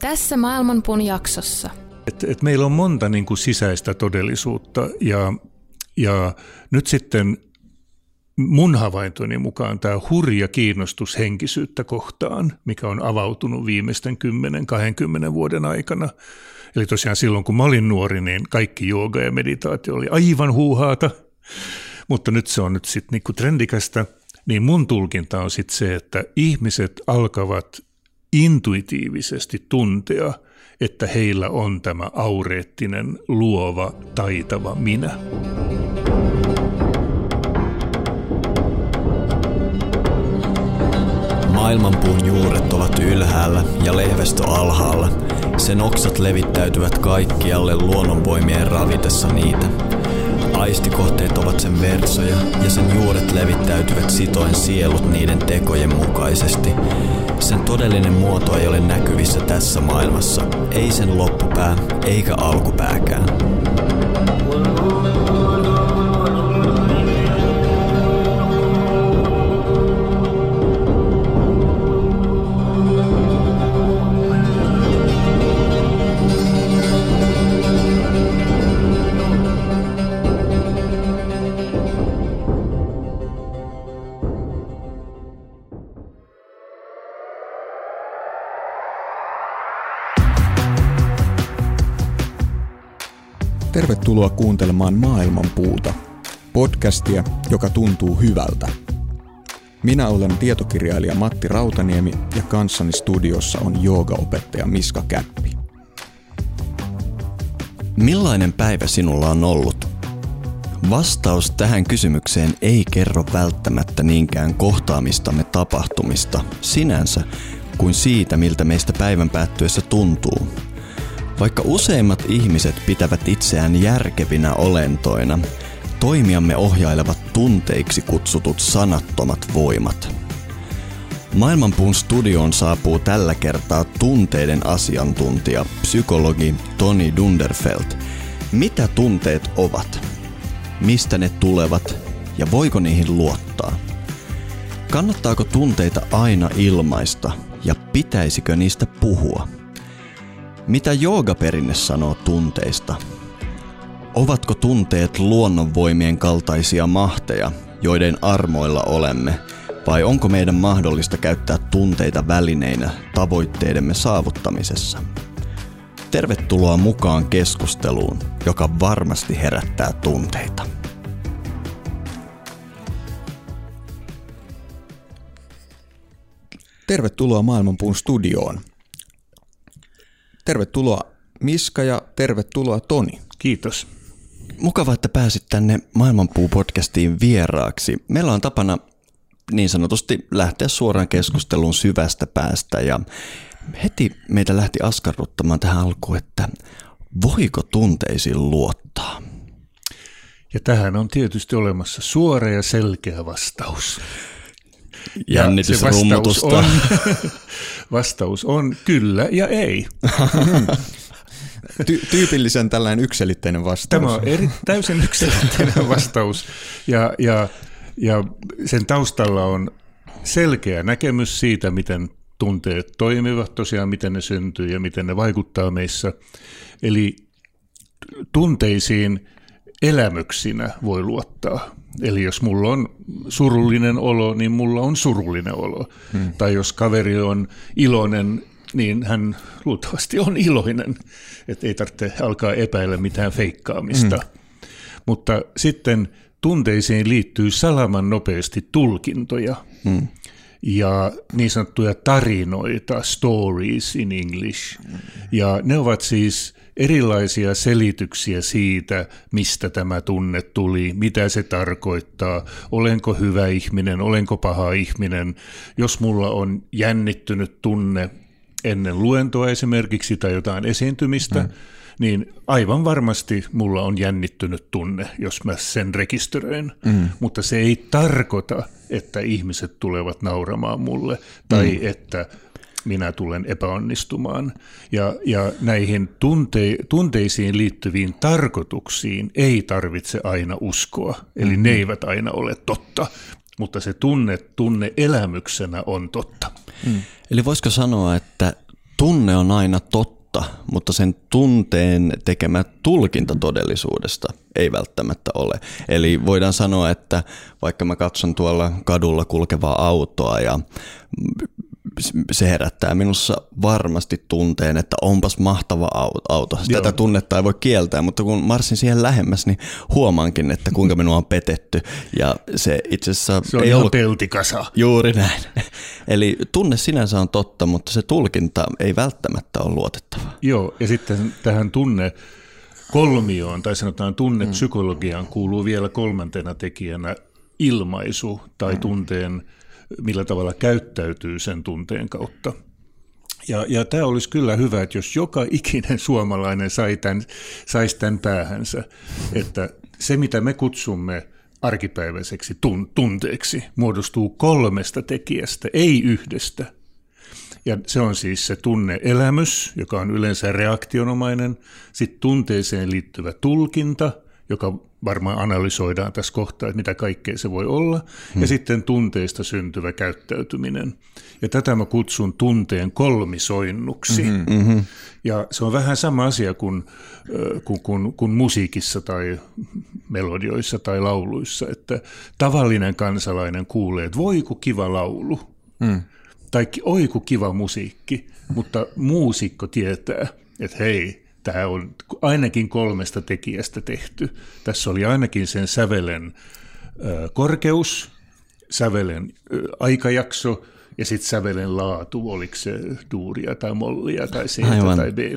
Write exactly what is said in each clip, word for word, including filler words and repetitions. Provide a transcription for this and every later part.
Tässä Maailmanpuun jaksossa. Et, et meillä on monta niin kuin sisäistä todellisuutta ja, ja nyt sitten mun havaintoni mukaan tämä hurja kiinnostus henkisyyttä kohtaan, mikä on avautunut viimeisten kymmenen kahdenkymmenen vuoden aikana. Eli tosiaan silloin, kun mä olin nuori, niin kaikki jooga ja meditaatio oli aivan huuhaata, mutta nyt se on nyt sitten niinku trendikästä. Niin mun tulkinta on sitten se, että ihmiset alkavat intuitiivisesti tuntea, että heillä on tämä aureettinen, luova, taitava minä. Maailmanpuun juuret ovat ylhäällä ja lehvestö alhaalla. Sen oksat levittäytyvät kaikkialle luonnonvoimien ravitessa niitä. Aistikohteet ovat sen versoja ja sen juuret levittäytyvät sitoen sielut niiden tekojen mukaisesti. Sen todellinen muoto ei ole näkyvissä tässä maailmassa, ei sen loppupää eikä alkupääkään. Tervetuloa kuuntelemaan Maailmanpuuta, podcastia, joka tuntuu hyvältä. Minä olen tietokirjailija Matti Rautaniemi ja kanssani studiossa on joogaopettaja Miska Käppi. Millainen päivä sinulla on ollut? Vastaus tähän kysymykseen ei kerro välttämättä niinkään kohtaamistamme tapahtumista sinänsä kuin siitä, miltä meistä päivän päättyessä tuntuu. Vaikka useimmat ihmiset pitävät itseään järkevinä olentoina, toimiamme ohjailevat tunteiksi kutsutut sanattomat voimat. Maailmanpuun studioon saapuu tällä kertaa tunteiden asiantuntija, psykologi Toni Dunderfelt. Mitä tunteet ovat? Mistä ne tulevat ja voiko niihin luottaa? Kannattaako tunteita aina ilmaista ja pitäisikö niistä puhua? Mitä joogaperinne sanoo tunteista? Ovatko tunteet luonnonvoimien kaltaisia mahteja, joiden armoilla olemme, vai onko meidän mahdollista käyttää tunteita välineinä tavoitteidemme saavuttamisessa? Tervetuloa mukaan keskusteluun, joka varmasti herättää tunteita. Tervetuloa Maailmanpuun studioon. Tervetuloa Miska ja tervetuloa Toni. Kiitos. Mukava, että pääsit tänne Maailmanpuu-podcastiin vieraaksi. Meillä on tapana niin sanotusti lähteä suoraan keskusteluun syvästä päästä ja heti meitä lähti askarruttamaan tähän alkuun, että voiko tunteisiin luottaa? Ja tähän on tietysti olemassa suora ja selkeä vastaus. Jännitysrummutusta. Vastaus on, vastaus on kyllä ja ei. Ty- tyypillisen tällainen yksiselitteinen vastaus. Tämä on eri, täysin yksiselitteinen vastaus ja, ja, ja sen taustalla on selkeä näkemys siitä, miten tunteet toimivat, tosiaan miten ne syntyy ja miten ne vaikuttaa meissä. Eli tunteisiin elämyksinä voi luottaa. Eli jos mulla on surullinen olo, niin mulla on surullinen olo. Hmm. Tai jos kaveri on iloinen, niin hän luultavasti on iloinen. Että ei tarvitse alkaa epäillä mitään feikkaamista. Hmm. Mutta sitten tunteisiin liittyy salaman nopeasti tulkintoja. Hmm. Ja niin sanottuja tarinoita, stories in English. Ja ne ovat siis erilaisia selityksiä siitä, mistä tämä tunne tuli, mitä se tarkoittaa, olenko hyvä ihminen, olenko paha ihminen. Jos mulla on jännittynyt tunne ennen luentoa esimerkiksi tai jotain esiintymistä, mm. niin aivan varmasti mulla on jännittynyt tunne, jos mä sen rekisteröin. Mm. Mutta se ei tarkoita, että ihmiset tulevat nauramaan mulle tai mm. että minä tulen epäonnistumaan. Ja, ja näihin tunte, tunteisiin liittyviin tarkoituksiin ei tarvitse aina uskoa, eli mm-hmm. ne eivät aina ole totta, mutta se tunne, tunne elämyksenä on totta. Mm. Eli voisiko sanoa, että tunne on aina totta, mutta sen tunteen tekemä tulkinta todellisuudesta ei välttämättä ole. Eli voidaan sanoa, että vaikka mä katson tuolla kadulla kulkevaa autoa ja se herättää minussa varmasti tunteen, että onpas mahtava auto. Tätä Joo. tunnetta ei voi kieltää, mutta kun marssin siihen lähemmäs, niin huomaankin, että kuinka minua on petetty. Ja se itse asiassa se on ei ihan ollut peltikasa. Juuri näin. Eli tunne sinänsä on totta, mutta se tulkinta ei välttämättä ole luotettava. Joo, ja sitten tähän tunne kolmioon, tai sanotaan tunnepsykologiaan, kuuluu vielä kolmantena tekijänä ilmaisu tai tunteen, millä tavalla käyttäytyy sen tunteen kautta. Ja, ja tämä olisi kyllä hyvä, että jos joka ikinen suomalainen sai tämän, saisi tämän päähänsä, että se mitä me kutsumme arkipäiväiseksi tun, tunteeksi muodostuu kolmesta tekijästä, ei yhdestä. Ja se on siis se tunne-elämys, joka on yleensä reaktionomainen, sitten tunteeseen liittyvä tulkinta, joka varmaan analysoidaan tässä kohtaa, että mitä kaikkea se voi olla, hmm. ja sitten tunteista syntyvä käyttäytyminen. Ja tätä mä kutsun tunteen kolmisoinnuksi. Mm-hmm, mm-hmm. Ja se on vähän sama asia kuin, kuin, kuin, kuin musiikissa tai melodioissa tai lauluissa, että tavallinen kansalainen kuulee, että voi ku kiva laulu, mm. tai oi ku kiva musiikki, mutta muusikko tietää, että hei, tämä on ainakin kolmesta tekijästä tehty. Tässä oli ainakin sen sävelen ö, korkeus, sävelen ö, aikajakso ja sitten sävelen laatu, oliko se duuria tai mollia tai C tai B.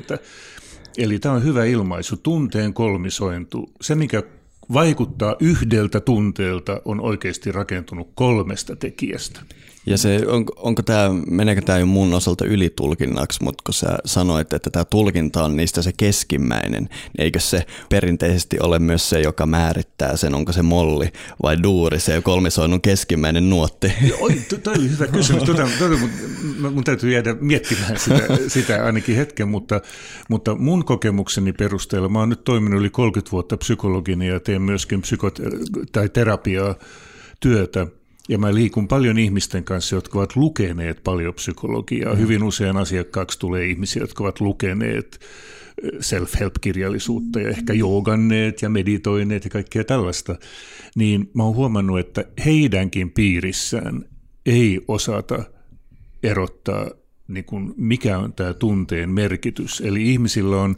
Eli tämä on hyvä ilmaisu, tunteen kolmisointu. Se, mikä vaikuttaa yhdeltä tunteelta, on oikeasti rakentunut kolmesta tekijästä. Ja se, on, onko tämä, meneekö tämä jo mun osalta ylitulkinnaksi, mutta kun sä sanoit, että tämä tulkinta on niistä se keskimmäinen, niin eikö se perinteisesti ole myös se, joka määrittää sen, onko se molli vai duuri, se kolmisoinnun keskimmäinen nuotti? Oi, toi oli hyvä kysymys. Tuota, tuota, mun, mun täytyy jäädä miettimään sitä, sitä ainakin hetken, mutta, mutta mun kokemukseni perusteella, mä oon nyt toiminut yli kolmekymmentä vuotta psykologina ja teen myöskin psykot- tai terapiaa työtä. Ja mä liikun paljon ihmisten kanssa, jotka ovat lukeneet paljon psykologiaa. Mm. Hyvin usein asiakkaaksi tulee ihmisiä, jotka ovat lukeneet self-help-kirjallisuutta ja ehkä jooganneet ja meditoineet ja kaikkea tällaista. Niin mä oon huomannut, että heidänkin piirissään ei osata erottaa, niin kuin mikä on tämä tunteen merkitys. Eli ihmisillä on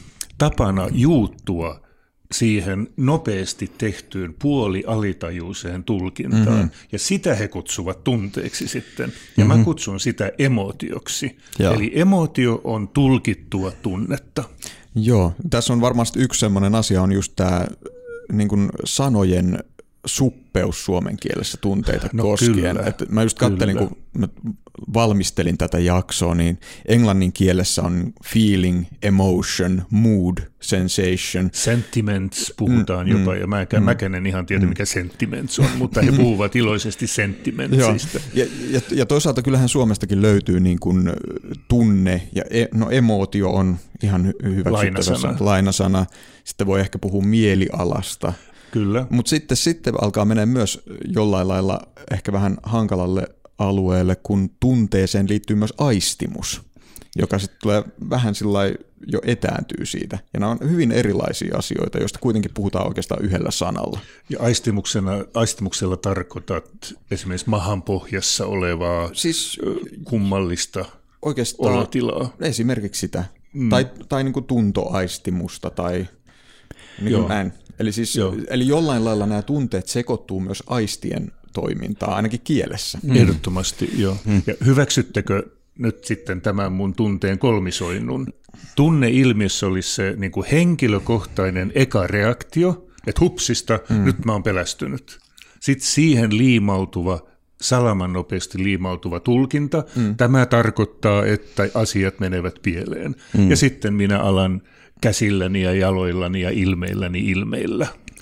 tapana juuttua siihen nopeasti tehtyyn puoli-alitajuiseen tulkintaan, mm-hmm. ja sitä he kutsuvat tunteeksi sitten, ja mm-hmm. mä kutsun sitä emootioksi. Joo. Eli emootio on tulkittua tunnetta. Joo, tässä on varmasti yksi sellainen asia, on just tämä niin kuin sanojen suppeus suomen kielessä tunteita no, koskien. Että mä just kattelin, kyllä. kun mä valmistelin tätä jaksoa, niin englannin kielessä on feeling, emotion, mood, sensation. Sentiments puhutaan mm, jopa, mm, ja mä, mm, mäkään en ihan tiedä, mm. mikä sentiments on, mutta he puhuvat iloisesti sentimentsistä. Ja, ja, ja toisaalta kyllähän Suomestakin löytyy niin kuin tunne, ja e, no emootio on ihan hyväksyttävä lainasana. lainasana. Sitten voi ehkä puhua mielialasta. Kyllä. Mutta sitten, sitten alkaa mennä myös jollain lailla ehkä vähän hankalalle alueelle, kun tunteeseen liittyy myös aistimus, joka sitten tulee vähän sillai jo etääntyy siitä. Ja nämä on hyvin erilaisia asioita, joista kuitenkin puhutaan oikeastaan yhdellä sanalla. Ja aistimuksena, aistimuksella tarkoitat esimerkiksi mahan pohjassa olevaa siis, kummallista olotilaa. Esimerkiksi sitä. Mm. Tai, tai niin kuin tuntoaistimusta tai niin kuin näin. Eli, siis, eli jollain lailla nämä tunteet sekoittuu myös aistien toimintaa, ainakin kielessä. Mm. Ehdottomasti, joo. Mm. Ja hyväksyttekö nyt sitten tämän mun tunteen kolmisoinnun? Tunneilmiössä olisi se niin kuin henkilökohtainen eka reaktio, että hupsista, mm. nyt mä oon pelästynyt. Sitten siihen liimautuva, salaman nopeasti liimautuva tulkinta. Mm. Tämä tarkoittaa, että asiat menevät pieleen. Mm. Ja sitten minä alan käsilläni ja jaloillani ja ilmeilläni ilmeillä.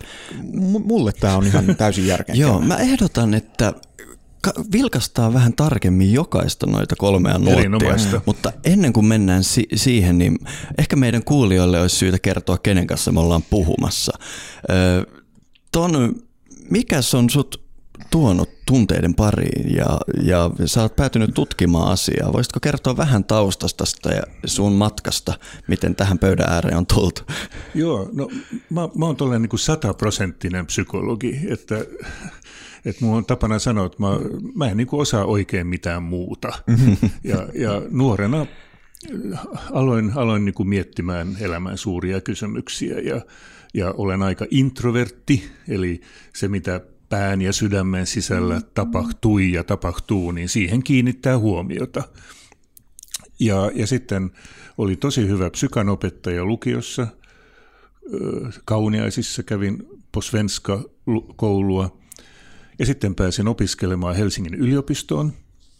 M- mulle tämä on ihan täysin järkeenkäyvä. Joo, mä ehdotan, että vilkastaa vähän tarkemmin jokaista noita kolmea nuottia, mutta ennen kuin mennään si- siihen, niin ehkä meidän kuulijoille olisi syytä kertoa, kenen kanssa me ollaan puhumassa. Öö, ton, mikäs on sut tuonut tunteiden pariin ja, ja sä oot päätynyt tutkimaan asiaa. Voisitko kertoa vähän taustasta ja sun matkasta, miten tähän pöydän ääreen on tultu? Joo, no mä, mä oon tolleen niin kuin sataprosenttinen psykologi, että, että mulla on tapana sanoa, että mä, mä en niin kuin osaa oikein mitään muuta. Ja, ja nuorena aloin, aloin niin kuin miettimään elämän suuria kysymyksiä ja, ja olen aika introvertti, eli se mitä pään ja sydämen sisällä tapahtui ja tapahtuu, niin siihen kiinnittää huomiota. Ja, ja sitten oli tosi hyvä psykanopettaja lukiossa, Kauniaisissa kävin posvenska-koulua, ja sitten pääsin opiskelemaan Helsingin yliopistoon.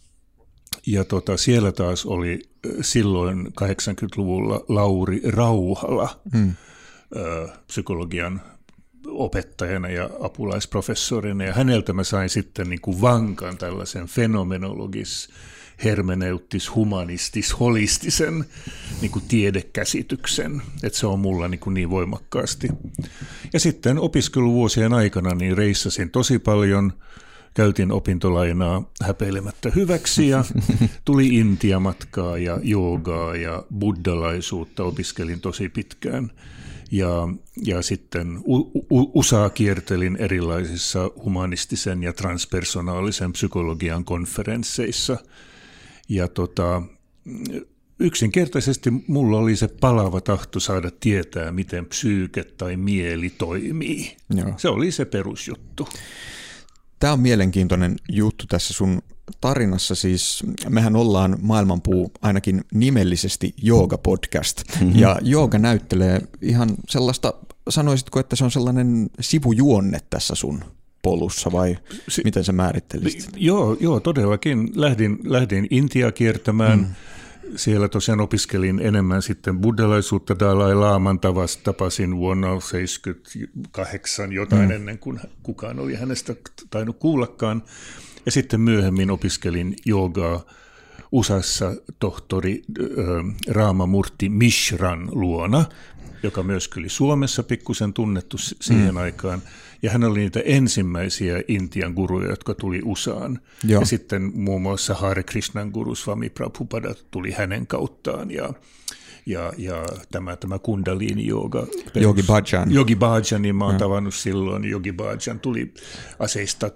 Ja tota, siellä taas oli silloin kahdeksankymmentäluvulla Lauri Rauhala, hmm. psykologian opettajana ja apulaisprofessorina, ja häneltä mä sain sitten niin kuin vankan tällaisen fenomenologis, hermeneuttis, humanistis, holistisen niin kuin tiedekäsityksen, että se on mulla niin, kuin niin voimakkaasti. Ja sitten opiskeluvuosien aikana niin reissasin tosi paljon, käytin opintolainaa häpeilemättä hyväksi ja tuli Intia-matkaa ja joogaa ja buddhalaisuutta opiskelin tosi pitkään. Ja, ja sitten U S A kiertelin erilaisissa humanistisen ja transpersonaalisen psykologian konferensseissa. Ja tota, yksinkertaisesti mulla oli se palava tahto saada tietää, miten psyyke tai mieli toimii. Joo. Se oli se perusjuttu. Tämä on mielenkiintoinen juttu tässä sun tarinassa. Siis mehän ollaan Maailmanpuu ainakin nimellisesti jooga-podcast. Mm-hmm. Ja jooga näyttelee ihan sellaista, sanoisitko, että se on sellainen sivujuonne tässä sun polussa vai si- miten sä määrittelisit? Joo, joo todellakin. Lähdin, lähdin Intiaa kiertämään. Mm. Siellä tosiaan opiskelin enemmän sitten buddhalaisuutta. Dalai Laman tavasta tapasin vuonna seitsemänkymmentäkahdeksan jotain mm. ennen kuin kukaan oli hänestä tainnut kuullakaan. Ja sitten myöhemmin opiskelin joogaa U S A:ssa tohtori äh, Ramamurti Mishran luona, joka myös oli Suomessa pikkusen tunnettu siihen mm. aikaan. Ja hän oli niitä ensimmäisiä Intian guruja, jotka tuli U S A:an. Joo. Ja sitten muun muassa Hare Krishnan guru Swami Prabhupada tuli hänen kauttaan. Ja, ja, ja tämä, tämä Kundalini-jooga. Yogi Bhajan. Yogi Bhajan, niin mä oon ja. tavannut silloin. Yogi Bhajan tuli aseista,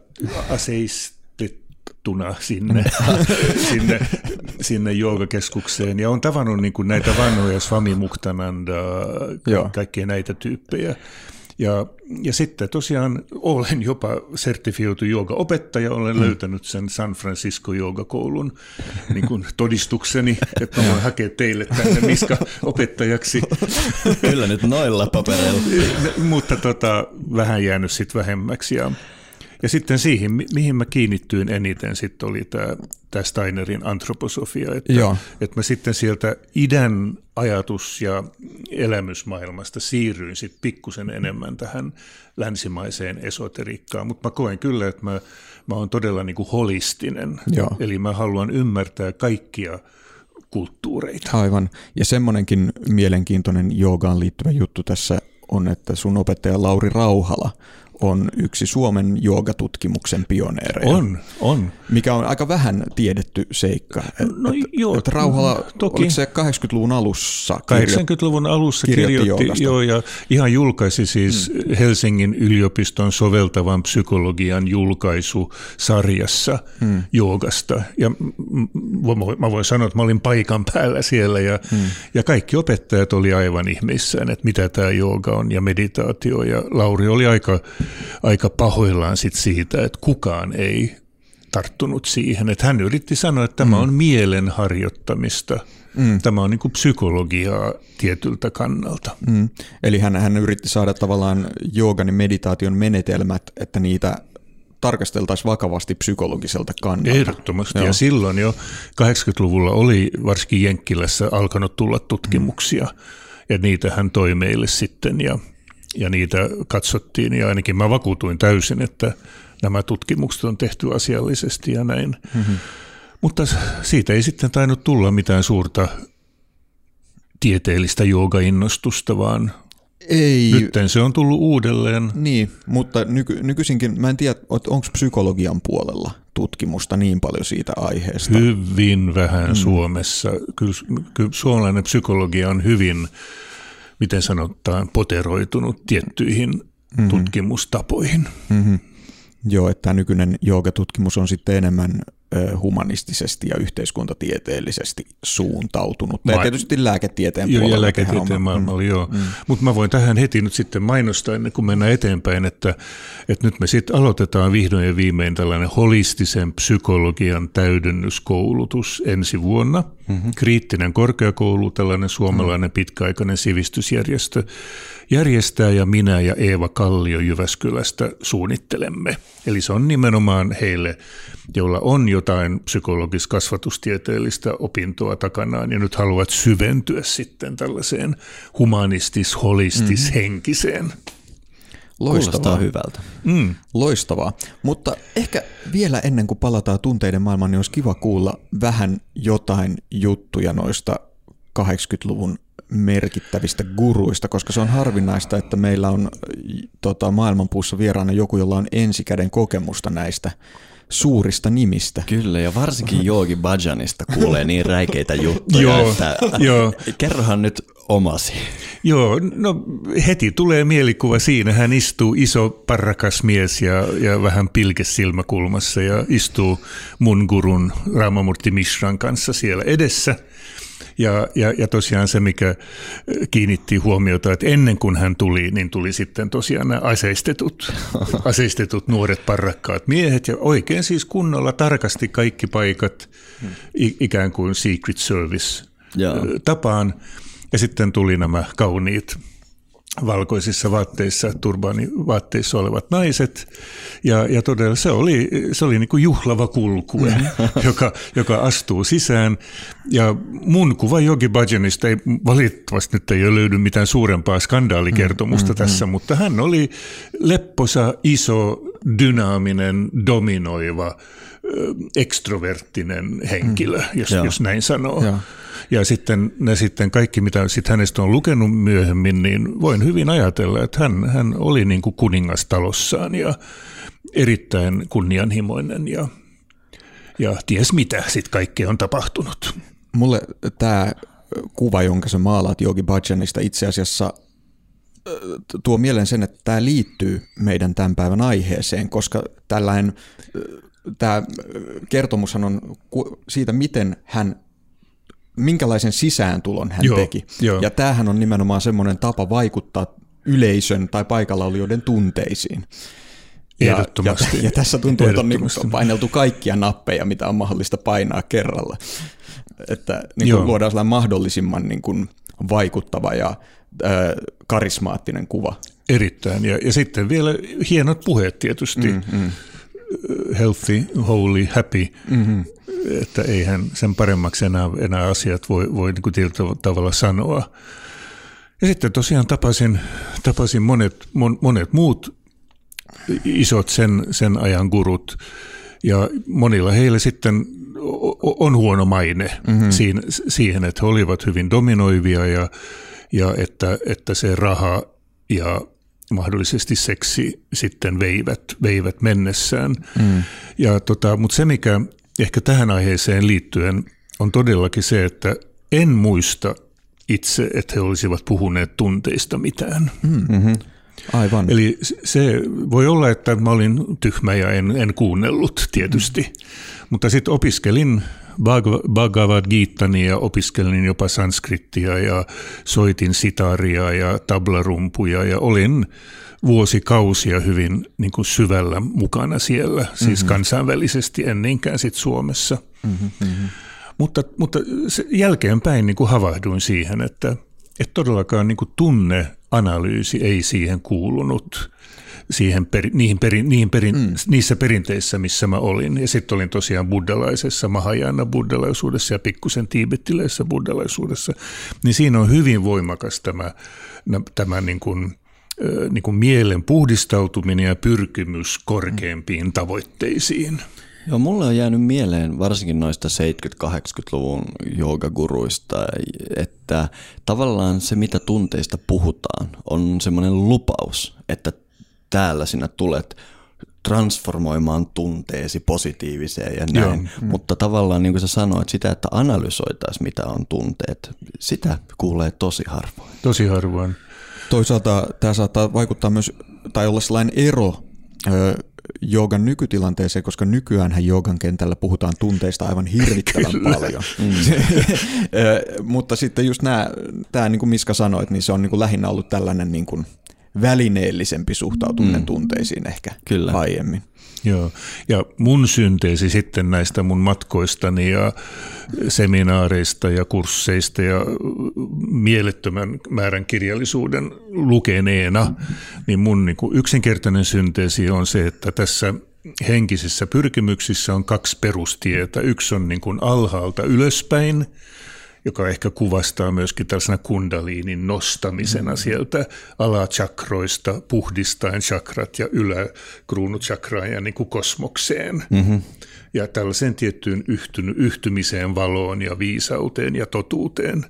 aseistettuna sinne, sinne, sinne joogakeskukseen. Ja on tavannut niin kuin näitä vanhoja Swami Muktananda, kaikkia näitä tyyppejä. Ja, ja sitten tosiaan olen jopa sertifioitu joogaopettaja, olen mm. löytänyt sen San Francisco joogakoulun niin kuin todistukseni, että voin hakea teille tänne Miska-opettajaksi. Kyllä nyt noilla papereilla. Mutta tota, vähän jäänyt sitten vähemmäksi. Ja, ja sitten siihen, mi- mihin mä kiinnittyin eniten, sitten oli tämä, tämä Steinerin antroposofia, että, että mä sitten sieltä idän ajatus- ja elämysmaailmasta siirryin sitten pikkusen enemmän tähän länsimaiseen esoteriikkaan, mutta mä koen kyllä, että mä, mä oon todella niin kuin holistinen, Joo. eli mä haluan ymmärtää kaikkia kulttuureita. Aivan, ja semmoinenkin mielenkiintoinen joogaan liittyvä juttu tässä on, että sun opettaja Lauri Rauhala on yksi Suomen joogatutkimuksen pioneereja. On, on. Mikä on aika vähän tiedetty seikka. No, et, joo, et Rauhala, toki. Oliko se kahdeksankymmentäluvun alussa? kahdeksankymmentäluvun alussa kirjoitti, kirjoitti joo, ja ihan julkaisi siis hmm. Helsingin yliopiston soveltavan psykologian julkaisusarjassa hmm. joogasta. Ja mä voin sanoa, että mä olin paikan päällä siellä, ja, hmm. ja kaikki opettajat oli aivan ihmeissään, että mitä tämä jooga on ja meditaatio, ja Lauri oli aika aika pahoillaan sit siitä, että kukaan ei tarttunut siihen. Että hän yritti sanoa, että tämä mm. on mielen harjoittamista. Mm. Tämä on niin kuin psykologiaa tietyltä kannalta. Mm. Eli hän, hän yritti saada tavallaan joogan ja meditaation menetelmät, että niitä tarkasteltaisiin vakavasti psykologiselta kannalta. Ehdottomasti. Joo. Ja silloin jo kahdeksankymmentäluvulla oli varsinkin Jenkkilässä alkanut tulla tutkimuksia. Mm. Ja niitä hän toi meille sitten ja Ja niitä katsottiin, ja ainakin mä vakuutuin täysin, että nämä tutkimukset on tehty asiallisesti ja näin. Mm-hmm. Mutta siitä ei sitten tainnut tulla mitään suurta tieteellistä joogainnostusta, vaan Ei. Nytten se on tullut uudelleen. Niin, mutta nyky, nykyisinkin, mä en tiedä, onko psykologian puolella tutkimusta niin paljon siitä aiheesta? Hyvin vähän mm. Suomessa. Kyllä, kyllä suomalainen psykologia on hyvin, miten sanotaan, poteroitunut tiettyihin mm-hmm. tutkimustapoihin. Mm-hmm. Joo, että tämä nykyinen joogatutkimus on sitten enemmän humanistisesti ja yhteiskuntatieteellisesti suuntautunut. Ja tietysti lääketieteen joo, puolella. Ja lääketieteen maailmalla, mm. joo. Mm. Mutta mä voin tähän heti nyt sitten mainostaa, ennen kuin mennään eteenpäin, että, että nyt me sitten aloitetaan vihdoin ja viimein tällainen holistisen psykologian täydennyskoulutus ensi vuonna. Mm-hmm. Kriittinen korkeakoulu, tällainen suomalainen mm. pitkäaikainen sivistysjärjestö, järjestää ja minä ja Eeva Kallio Jyväskylästä suunnittelemme. Eli se on nimenomaan heille, joilla on jotain psykologis-kasvatustieteellistä opintoa takanaan ja nyt haluavat syventyä sitten tällaiseen humanistis-holistis-henkiseen. Mm. Loistavaa hyvältä. Mm. Loistavaa, mutta ehkä vielä ennen kuin palataan tunteiden maailmaan, niin olisi kiva kuulla vähän jotain juttuja noista kahdeksankymmentäluvun merkittävistä guruista, koska se on harvinaista, että meillä on tota, maailmanpuussa vieraana joku, jolla on ensikäden kokemusta näistä suurista nimistä. Kyllä, ja varsinkin Yogi Bhajanista kuulee niin räikeitä juttuja, joo, että joo. Kerrohan nyt omasi. Joo, no heti tulee mielikuva siinä. Hän istuu iso parrakas mies ja, ja vähän pilke silmäkulmassa ja istuu mun gurun Ramamurti Mishran kanssa siellä edessä. Ja, ja, ja tosiaan se, mikä kiinnitti huomiota, että ennen kuin hän tuli, niin tuli sitten tosiaan nämä aseistetut, aseistetut nuoret parrakkaat miehet ja oikein siis kunnolla tarkasti kaikki paikat ikään kuin Secret Service tapaan. Ja sitten tuli nämä kauniit valkoisissa vaatteissa, turbaanivaatteissa olevat naiset, ja, ja todella se oli, se oli niin kuin juhlava kulkue, joka, joka astuu sisään, ja mun kuva Yogi Bhajanista ei valitettavasti nyt ei löydy mitään suurempaa skandaalikertomusta mm, tässä, mm. mutta hän oli lepposa, iso, dynaaminen, dominoiva, ekstroverttinen henkilö, mm. jos, jos näin sanoo. Ja. Ja sitten, ne sitten kaikki, mitä sit hänestä on lukenut myöhemmin, niin voin hyvin ajatella, että hän, hän oli niin kuin kuningastalossaan ja erittäin kunnianhimoinen ja, ja ties mitä sitten kaikkea on tapahtunut. Mulle tämä kuva, jonka sä maalaat Yogi Bhajanista itse asiassa tuo mieleen sen, että tämä liittyy meidän tämän päivän aiheeseen, koska tällainen, tämä kertomushan on siitä, miten hän minkälaisen sisääntulon hän joo, teki. Jo. Ja tämähän on nimenomaan semmoinen tapa vaikuttaa yleisön tai paikallaolijoiden tunteisiin. Ja, ja, ja tässä tuntuu, että on niin paineltu kaikkia nappeja, mitä on mahdollista painaa kerralla. Että niin kuin luodaan sellainen mahdollisimman niin kuin vaikuttava ja äh, karismaattinen kuva. Erittäin. Ja, ja sitten vielä hienot puheet tietysti. Mm, mm. Healthy, holy, happy. Mm-hmm. Että eihän sen paremmaksi enää, enää asiat voi, voi niin kuin tietyllä tavalla sanoa. Ja sitten tosiaan tapasin, tapasin monet, mon, monet muut isot sen, sen ajan gurut, ja monilla heillä sitten on huono maine mm-hmm. siihen, siihen, että he olivat hyvin dominoivia ja, ja että, että se raha ja mahdollisesti seksi sitten veivät, veivät mennessään. Mm. Ja tota, mutta se, mikä ehkä tähän aiheeseen liittyen on todellakin se, että en muista itse, että he olisivat puhuneet tunteista mitään. Mm-hmm. Aivan. Eli se voi olla, että mä olin tyhmä ja en, en kuunnellut tietysti, mm. mutta sitten opiskelin Bhagavad Gitani ja opiskelin jopa sanskrittia ja soitin sitaria ja tablarumpuja ja olin vuosikausia hyvin niin kuin syvällä mukana siellä, siis mm-hmm. kansainvälisesti, en niinkään sit Suomessa. Mm-hmm. Mutta, mutta jälkeenpäin niin kuin havahduin siihen, että, että todellakaan niin kuin tunneanalyysi ei siihen kuulunut siihen peri, niihin peri, niihin peri, mm. niissä perinteissä, missä mä olin. Ja sitten olin tosiaan buddhalaisessa, mahajana buddhalaisuudessa ja pikkusen tiibettiläisessä buddhalaisuudessa. Niin siinä on hyvin voimakas tämä, tämä niin kuin, niin kuin mielen puhdistautuminen ja pyrkimys korkeampiin tavoitteisiin. Joo, mulle on jäänyt mieleen varsinkin noista seitsemänkymmentä-kahdeksankymmentäluvun joogaguruista, että tavallaan se, mitä tunteista puhutaan, on semmoinen lupaus, että täällä sinä tulet transformoimaan tunteesi positiiviseen ja näin. Joo. Mutta tavallaan niin kuin sä sanoit, sitä, että analysoitaisiin mitä on tunteet, sitä kuulee tosi harvoin. Tosi harvoin. Toisaalta tämä saattaa vaikuttaa myös, tai olla sellainen ero ö, joogan nykytilanteeseen, koska nykyäänhän joogan kentällä puhutaan tunteista aivan hirvittävän paljon. Mm. Mutta sitten just nämä, tämä niin kuin Miska sanoit, niin se on niin kuin lähinnä ollut tällainen niin kuin välineellisempi suhtautuminen mm. tunteisiin ehkä Kyllä. aiemmin. Joo, ja mun synteesi sitten näistä mun matkoistani ja seminaareista ja kursseista ja mielettömän määrän kirjallisuuden lukeneena, niin mun niin kuin yksinkertainen synteesi on se, että tässä henkisissä pyrkimyksissä on kaksi perustietä. Yksi on niin kuin alhaalta ylöspäin, joka ehkä kuvastaa myöskin tällaisena kundaliinin nostamisena sieltä alachakroista, puhdistaen chakrat ja yläkruunuchakraan ja niin kuin kosmokseen. Mm-hmm. Ja tällaiseen tiettyyn yhtyny, yhtymiseen valoon ja viisauteen ja totuuteen,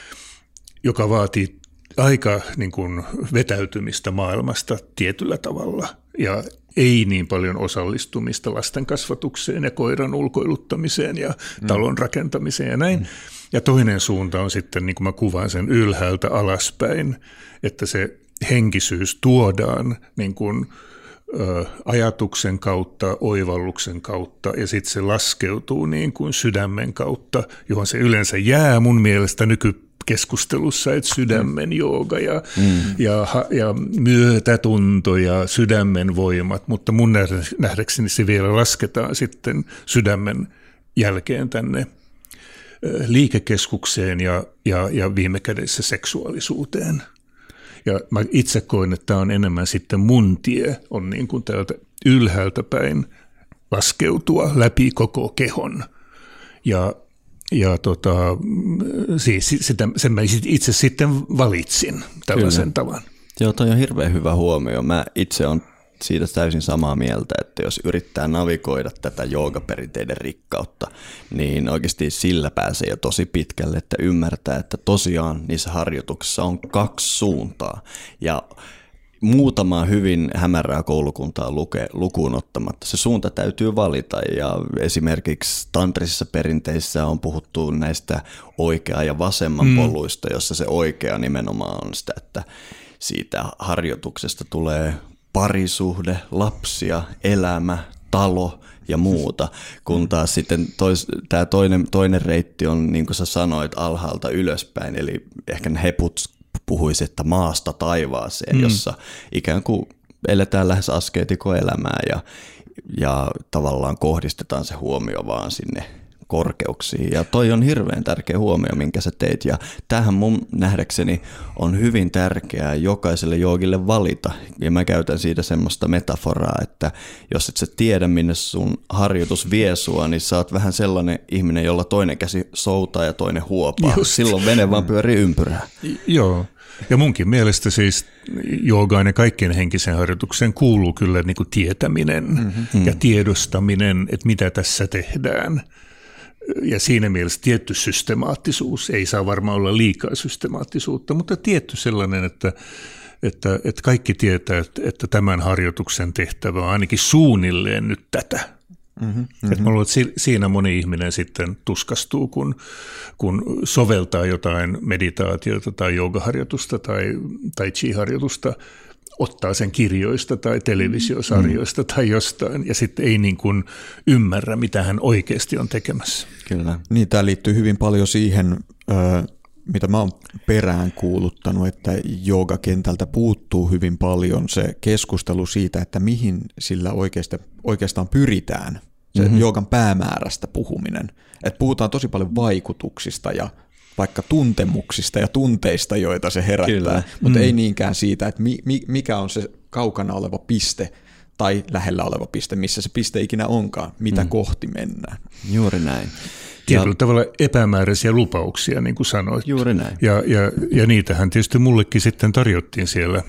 joka vaatii aika niin kuin vetäytymistä maailmasta tietyllä tavalla ja ei niin paljon osallistumista lasten kasvatukseen ja koiran ulkoiluttamiseen ja mm. talon rakentamiseen ja näin. Mm. Ja toinen suunta on sitten, niin kuin mä kuvaan sen ylhäältä alaspäin, että se henkisyys tuodaan niin kuin, ö, ajatuksen kautta, oivalluksen kautta ja sitten se laskeutuu niin kuin sydämen kautta, johon se yleensä jää mun mielestä nykykeskustelussa, että sydämen jooga ja, mm. ja, ja myötätunto ja sydämen voimat, mutta mun nähdäkseni se vielä lasketaan sitten sydämen jälkeen tänne liikekeskukseen ja, ja, ja viime kädessä seksuaalisuuteen. Ja mä itse koen, että tämä on enemmän sitten mun tie, on niin kuin täältä ylhäältä päin laskeutua läpi koko kehon. Ja, ja tota, siis sitä, sen mä itse sitten valitsin tällaisen Kyllä. tavan. Joo, toi on hirveän hyvä huomio. Mä itse on siitä täysin samaa mieltä, että jos yrittää navigoida tätä joogaperinteiden rikkautta, niin oikeasti sillä pääsee jo tosi pitkälle, että ymmärtää, että tosiaan niissä harjoituksissa on kaksi suuntaa. Ja muutamaa hyvin hämärää koulukuntaa luke, lukuun ottamatta se suunta täytyy valita. Ja esimerkiksi tantrisissa perinteissä on puhuttu näistä oikea- ja vasemman mm. poluista, jossa se oikea nimenomaan on sitä, että siitä harjoituksesta tulee parisuhde, lapsia, elämä, talo ja muuta, kun taas sitten tois, tämä toinen, toinen reitti on, niin kuin sä sanoit, alhaalta ylöspäin, eli ehkä Heput puhuisi, että maasta taivaaseen, mm. jossa ikään kuin eletään lähes askeetikoelämää ja, ja tavallaan kohdistetaan se huomio vaan sinne korkeuksiin. Ja toi on hirveän tärkeä huomio, minkä sä teit. Ja tämähän mun nähdäkseni on hyvin tärkeää jokaiselle joogille valita. Ja mä käytän siitä semmoista metaforaa, että jos et sä tiedä, minne sun harjoitus vie sua, niin sä oot vähän sellainen ihminen, jolla toinen käsi soutaa ja toinen huopaa. Just. Silloin vene vaan pyörii ympyrää. Joo. Ja munkin mielestä siis joogaan ja kaikkien henkisen harjoitukseen kuuluu kyllä niin kuin tietäminen mm-hmm. ja tiedostaminen, että mitä tässä tehdään. Ja siinä mielessä tietty systemaattisuus, ei saa varmaan olla liikaa systemaattisuutta, mutta tietty sellainen, että, että, että kaikki tietää, että, että tämän harjoituksen tehtävä on ainakin suunnilleen nyt tätä. Mm-hmm, mm-hmm. Että mä luulen, että siinä moni ihminen sitten tuskastuu, kun, kun soveltaa jotain meditaatiota tai joogaharjoitusta tai tai chi-harjoitusta, ottaa sen kirjoista tai televisiosarjoista mm. tai jostain, ja sitten ei niin kuin ymmärrä, mitä hän oikeasti on tekemässä. Kyllä. Niin, tämä liittyy hyvin paljon siihen, mitä mä oon perään kuuluttanut, että joogakentältä puuttuu hyvin paljon se keskustelu siitä, että mihin sillä oikeastaan pyritään, se mm-hmm. joogan päämäärästä puhuminen. Että puhutaan tosi paljon vaikutuksista ja vaikka tuntemuksista ja tunteista, joita se herättää, Kyllä. mutta mm. ei niinkään siitä, että mi, mi, mikä on se kaukana oleva piste tai lähellä oleva piste, missä se piste ikinä onkaan, mitä mm. kohti mennään. Juuri näin. Tietyllä ja tavalla epämääräisiä lupauksia, niin kuin sanoit. Juuri näin. Ja, ja, ja niitähän tietysti mullekin sitten tarjottiin siellä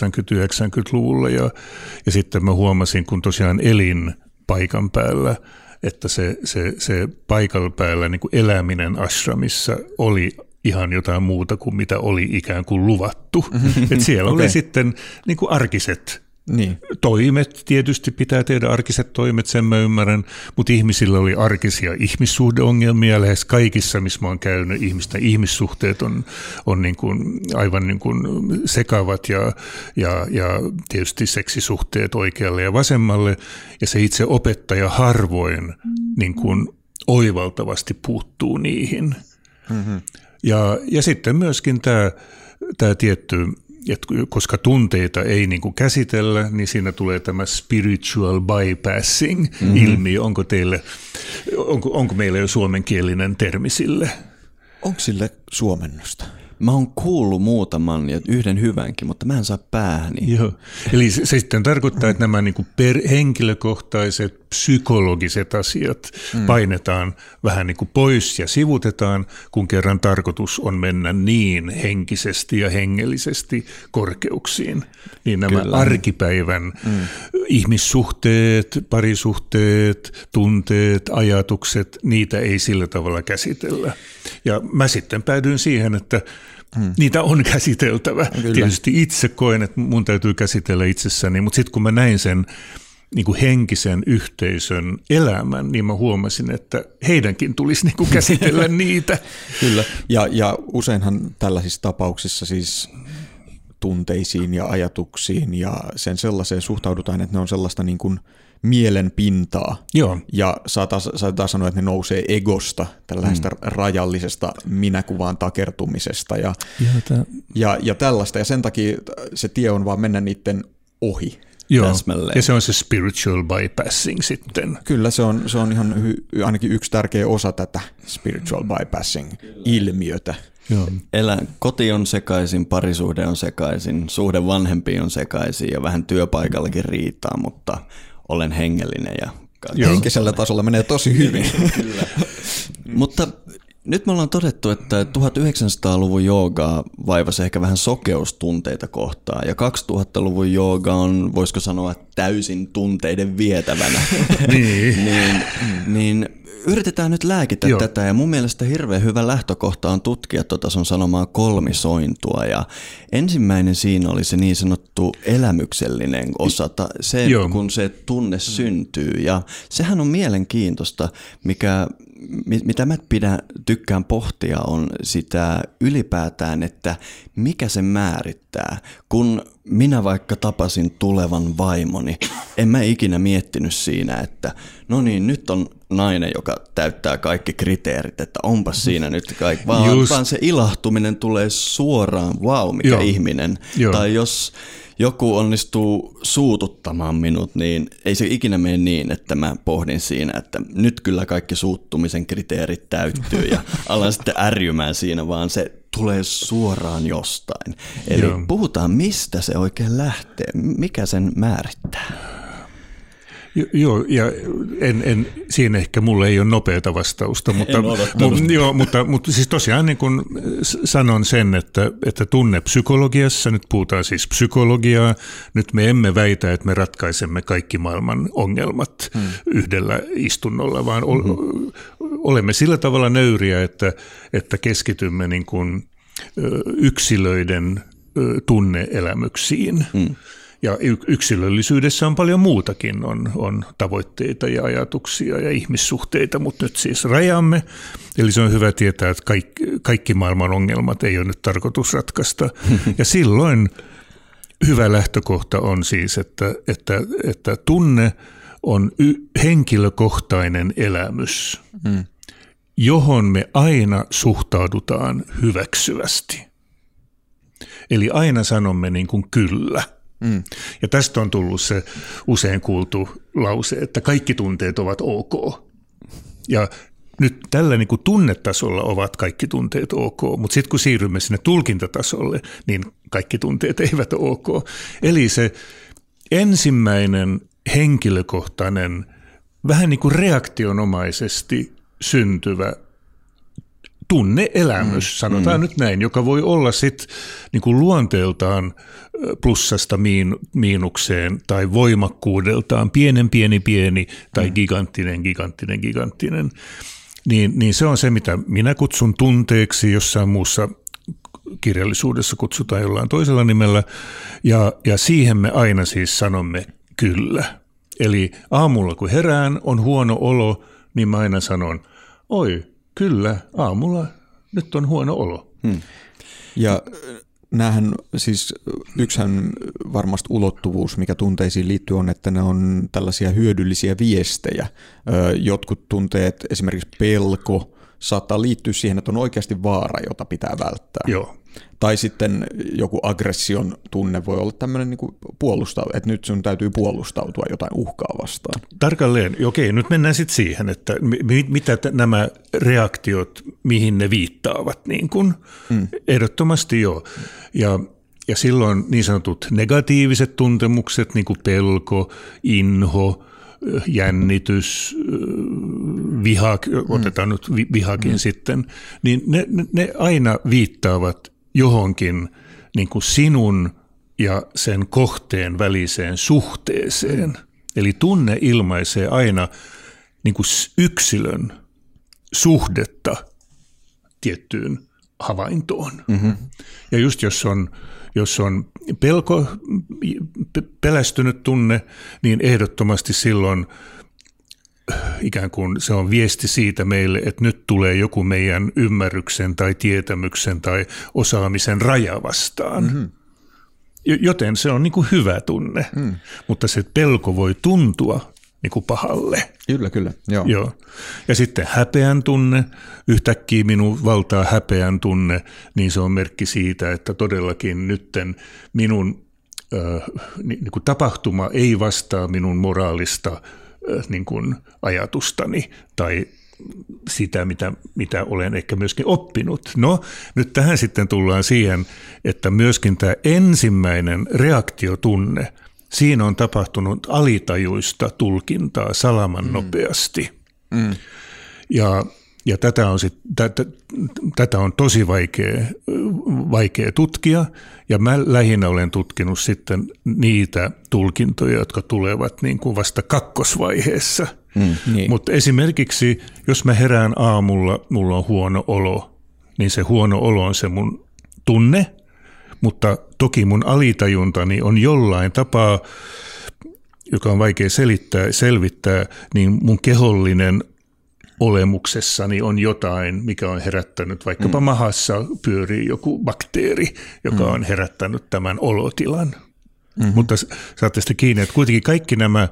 kahdeksankymmentä-yhdeksänkymmentäluvulla, ja, ja sitten mä huomasin, kun tosiaan elin paikan päällä että se, se, se paikalla päällä niin kuin eläminen ashramissa oli ihan jotain muuta kuin mitä oli ikään kuin luvattu. Et siellä okay. oli sitten niin kuin arkiset niin. toimet, tietysti pitää tehdä arkiset toimet, sen mä ymmärrän, mutta ihmisillä oli arkisia ihmissuhdeongelmia lähes kaikissa, missä mä oon käynyt. Ihmisten ihmissuhteet on, on niin kuin aivan niin kuin sekavat ja, ja, ja tietysti seksisuhteet oikealle ja vasemmalle, ja se itse opettaja harvoin niin kuin oivaltavasti puuttuu niihin. Mm-hmm. Ja, ja sitten myöskin tämä, tämä tietty, että koska tunteita ei niin kuin käsitellä, niin siinä tulee tämä spiritual bypassing-ilmiö. Mm-hmm. Onko, teille, onko, onko meillä jo suomenkielinen termi sille? Onko sille suomennosta? Mä oon kuullut muutaman ja yhden hyvänkin, mutta mä en saa päähäni. Joo. Eli se, se sitten tarkoittaa, että nämä niin kuin per, henkilökohtaiset, psykologiset asiat mm. painetaan vähän niin kuin pois ja sivutetaan, kun kerran tarkoitus on mennä niin henkisesti ja hengellisesti korkeuksiin. Niin nämä Kyllä. arkipäivän mm. ihmissuhteet, parisuhteet, tunteet, ajatukset, niitä ei sillä tavalla käsitellä. Ja mä sitten päädyin siihen, että Hmm. niitä on käsiteltävä. Kyllä. Tietysti itse koen, että mun täytyy käsitellä itsessäni, mutta sitten kun mä näin sen niin kuin henkisen yhteisön elämän, niin mä huomasin, että heidänkin tulisi niin kuin käsitellä niitä. Kyllä, ja, ja useinhan tällaisissa tapauksissa siis tunteisiin ja ajatuksiin ja sen sellaiseen suhtaudutaan, että ne on sellaista niin kuin mielen pintaa. Joo. Ja saataan sanoa, että ne nousee egosta, tällaisesta mm. rajallisesta minäkuvaan takertumisesta ja, ja, ja, ja tällaista. Ja sen takia se tie on vaan mennä niiden ohi. Joo, täsmälleen. Ja se on se spiritual bypassing sitten. Kyllä, se on, se on ihan hy, ainakin yksi tärkeä osa tätä spiritual bypassing-ilmiötä. Joo. Elä, koti on sekaisin, parisuhde on sekaisin, suhde vanhempiin on sekaisin ja vähän työpaikallakin riitaa, mutta olen hengellinen ja Joo. henkisellä tasolla menee tosi hyvin. Kyllä. Mutta nyt me ollaan todettu, että tuhatyhdeksänsataaluvun joogaa vaivasi ehkä vähän sokeustunteita kohtaan ja kaksituhattaluvun jooga on, voisiko sanoa, täysin tunteiden vietävänä. niin. niin, niin yritetään nyt lääkitä Joo. tätä ja mun mielestä hirveän hyvä lähtökohta on tutkia tuota sun sanomaa kolmisointua ja ensimmäinen siinä oli se niin sanottu elämyksellinen osa, se Joo. kun se tunne syntyy ja sehän on mielenkiintoista, mikä, mitä mä pidän, tykkään pohtia on sitä ylipäätään, että mikä se määrittää, kun minä vaikka tapasin tulevan vaimoni, en mä ikinä miettinyt siinä, että no niin, nyt on nainen, joka täyttää kaikki kriteerit, että onpas siinä nyt kaikki, vaan, vaan se ilahtuminen tulee suoraan, vau, wow, mikä Joo. ihminen. Joo. Tai jos joku onnistuu suututtamaan minut, niin ei se ikinä mene niin, että mä pohdin siinä, että nyt kyllä kaikki suuttumisen kriteerit täyttyy ja alan sitten ärjymään siinä, vaan se tulee suoraan jostain. Eli Joo. puhutaan, mistä se oikein lähtee, mikä sen määrittää. Joo, ja en, en, siinä ehkä mulla ei ole nopeata vastausta, mutta, mu, joo, mutta, mutta siis tosiaan niin kuin sanon sen, että, että tunnepsykologiassa, nyt puhutaan siis psykologiaa, nyt me emme väitä, että me ratkaisemme kaikki maailman ongelmat hmm. yhdellä istunnolla, vaan hmm. olemme sillä tavalla nöyriä, että, että keskitymme niin kuin yksilöiden tunneelämyksiin. Hmm. Ja yksilöllisyydessä on paljon muutakin, on, on tavoitteita ja ajatuksia ja ihmissuhteita, mutta nyt siis rajaamme. Eli se on hyvä tietää, että kaikki, kaikki maailman ongelmat ei ole nyt tarkoitus ratkaista. Ja silloin hyvä lähtökohta on siis, että, että, että tunne on y- henkilökohtainen elämys, mm. johon me aina suhtaudutaan hyväksyvästi. Eli aina sanomme niin kuin kyllä. Mm. Ja tästä on tullut se usein kuultu lause, että kaikki tunteet ovat ok. Ja nyt tällä niin kuin tunnetasolla ovat kaikki tunteet ok, mutta sitten kun siirrymme sinne tulkintatasolle, niin kaikki tunteet eivät ole ok. Eli se ensimmäinen henkilökohtainen, vähän niin kuin reaktionomaisesti syntyvä tunne-elämys, mm. sanotaan mm. nyt näin, joka voi olla sitten niin luonteeltaan plussasta miin, miinukseen tai voimakkuudeltaan pienen, pieni, pieni tai mm. giganttinen, giganttinen, giganttinen. Niin, niin se on se, mitä minä kutsun tunteeksi, jossain muussa kirjallisuudessa kutsutaan jollain toisella nimellä, ja, ja siihen me aina siis sanomme kyllä. Eli aamulla kun herään, on huono olo, niin mä aina sanon, oi, kyllä, aamulla nyt on huono olo. Hmm. Ja näähän siis yksihän varmasti ulottuvuus, mikä tunteisiin liittyy, on, että ne on tällaisia hyödyllisiä viestejä. Jotkut tunteet, esimerkiksi pelko, saattaa liittyä siihen, että on oikeasti vaara, jota pitää välttää. Joo. Tai sitten joku aggression tunne voi olla tämmöinen niin kuin puolustautua, että nyt sun täytyy puolustautua jotain uhkaa vastaan. Tarkalleen, okei, nyt mennään sitten siihen, että mi- mitä t- nämä reaktiot, mihin ne viittaavat, niin kuin mm. ehdottomasti joo. Ja, ja silloin niin sanotut negatiiviset tuntemukset, niin kuin pelko, inho, jännitys, viha, otetaan mm. nyt vihakin mm. sitten, niin ne, ne aina viittaavat johonkin niin kuin sinun ja sen kohteen väliseen suhteeseen. Mm. Eli tunne ilmaisee aina niin kuin yksilön suhdetta tiettyyn havaintoon. Mm-hmm. Ja just jos on, jos on pelko, pelästynyt tunne, niin ehdottomasti silloin ikään kuin se on viesti siitä meille, että nyt tulee joku meidän ymmärryksen tai tietämyksen tai osaamisen raja vastaan. Mm-hmm. Joten se on niin kuin hyvä tunne, mm. mutta se pelko voi tuntua niin kuin pahalle. Kyllä, kyllä. Joo. Joo. Ja sitten häpeän tunne, yhtäkkiä minun valtaa häpeän tunne, niin se on merkki siitä, että todellakin nytten minun äh, niin kuin tapahtuma ei vastaa minun moraalista äh, niin kuin ajatustani tai sitä, mitä, mitä olen ehkä myöskin oppinut. No, nyt tähän sitten tullaan siihen, että myöskin tämä ensimmäinen reaktiotunne, siinä on tapahtunut alitajuista tulkintaa salaman mm. nopeasti. Mm. Ja, ja tätä, on sit, tätä, tätä on tosi vaikea, vaikea tutkia, ja mä lähinnä olen tutkinut sitten niitä tulkintoja, jotka tulevat niin kuin vasta kakkosvaiheessa. Mm, niin. Mutta esimerkiksi, jos mä herään aamulla, mulla on huono olo, niin se huono olo on se mun tunne, mutta toki mun alitajuntani on jollain tapaa, joka on vaikea selittää, selvittää, niin mun kehollinen olemuksessani on jotain, mikä on herättänyt, vaikkapa mm. mahassa pyörii joku bakteeri, joka mm. on herättänyt tämän olotilan. Mm-hmm. Mutta saatte sitten kiinni, että kuitenkin kaikki nämä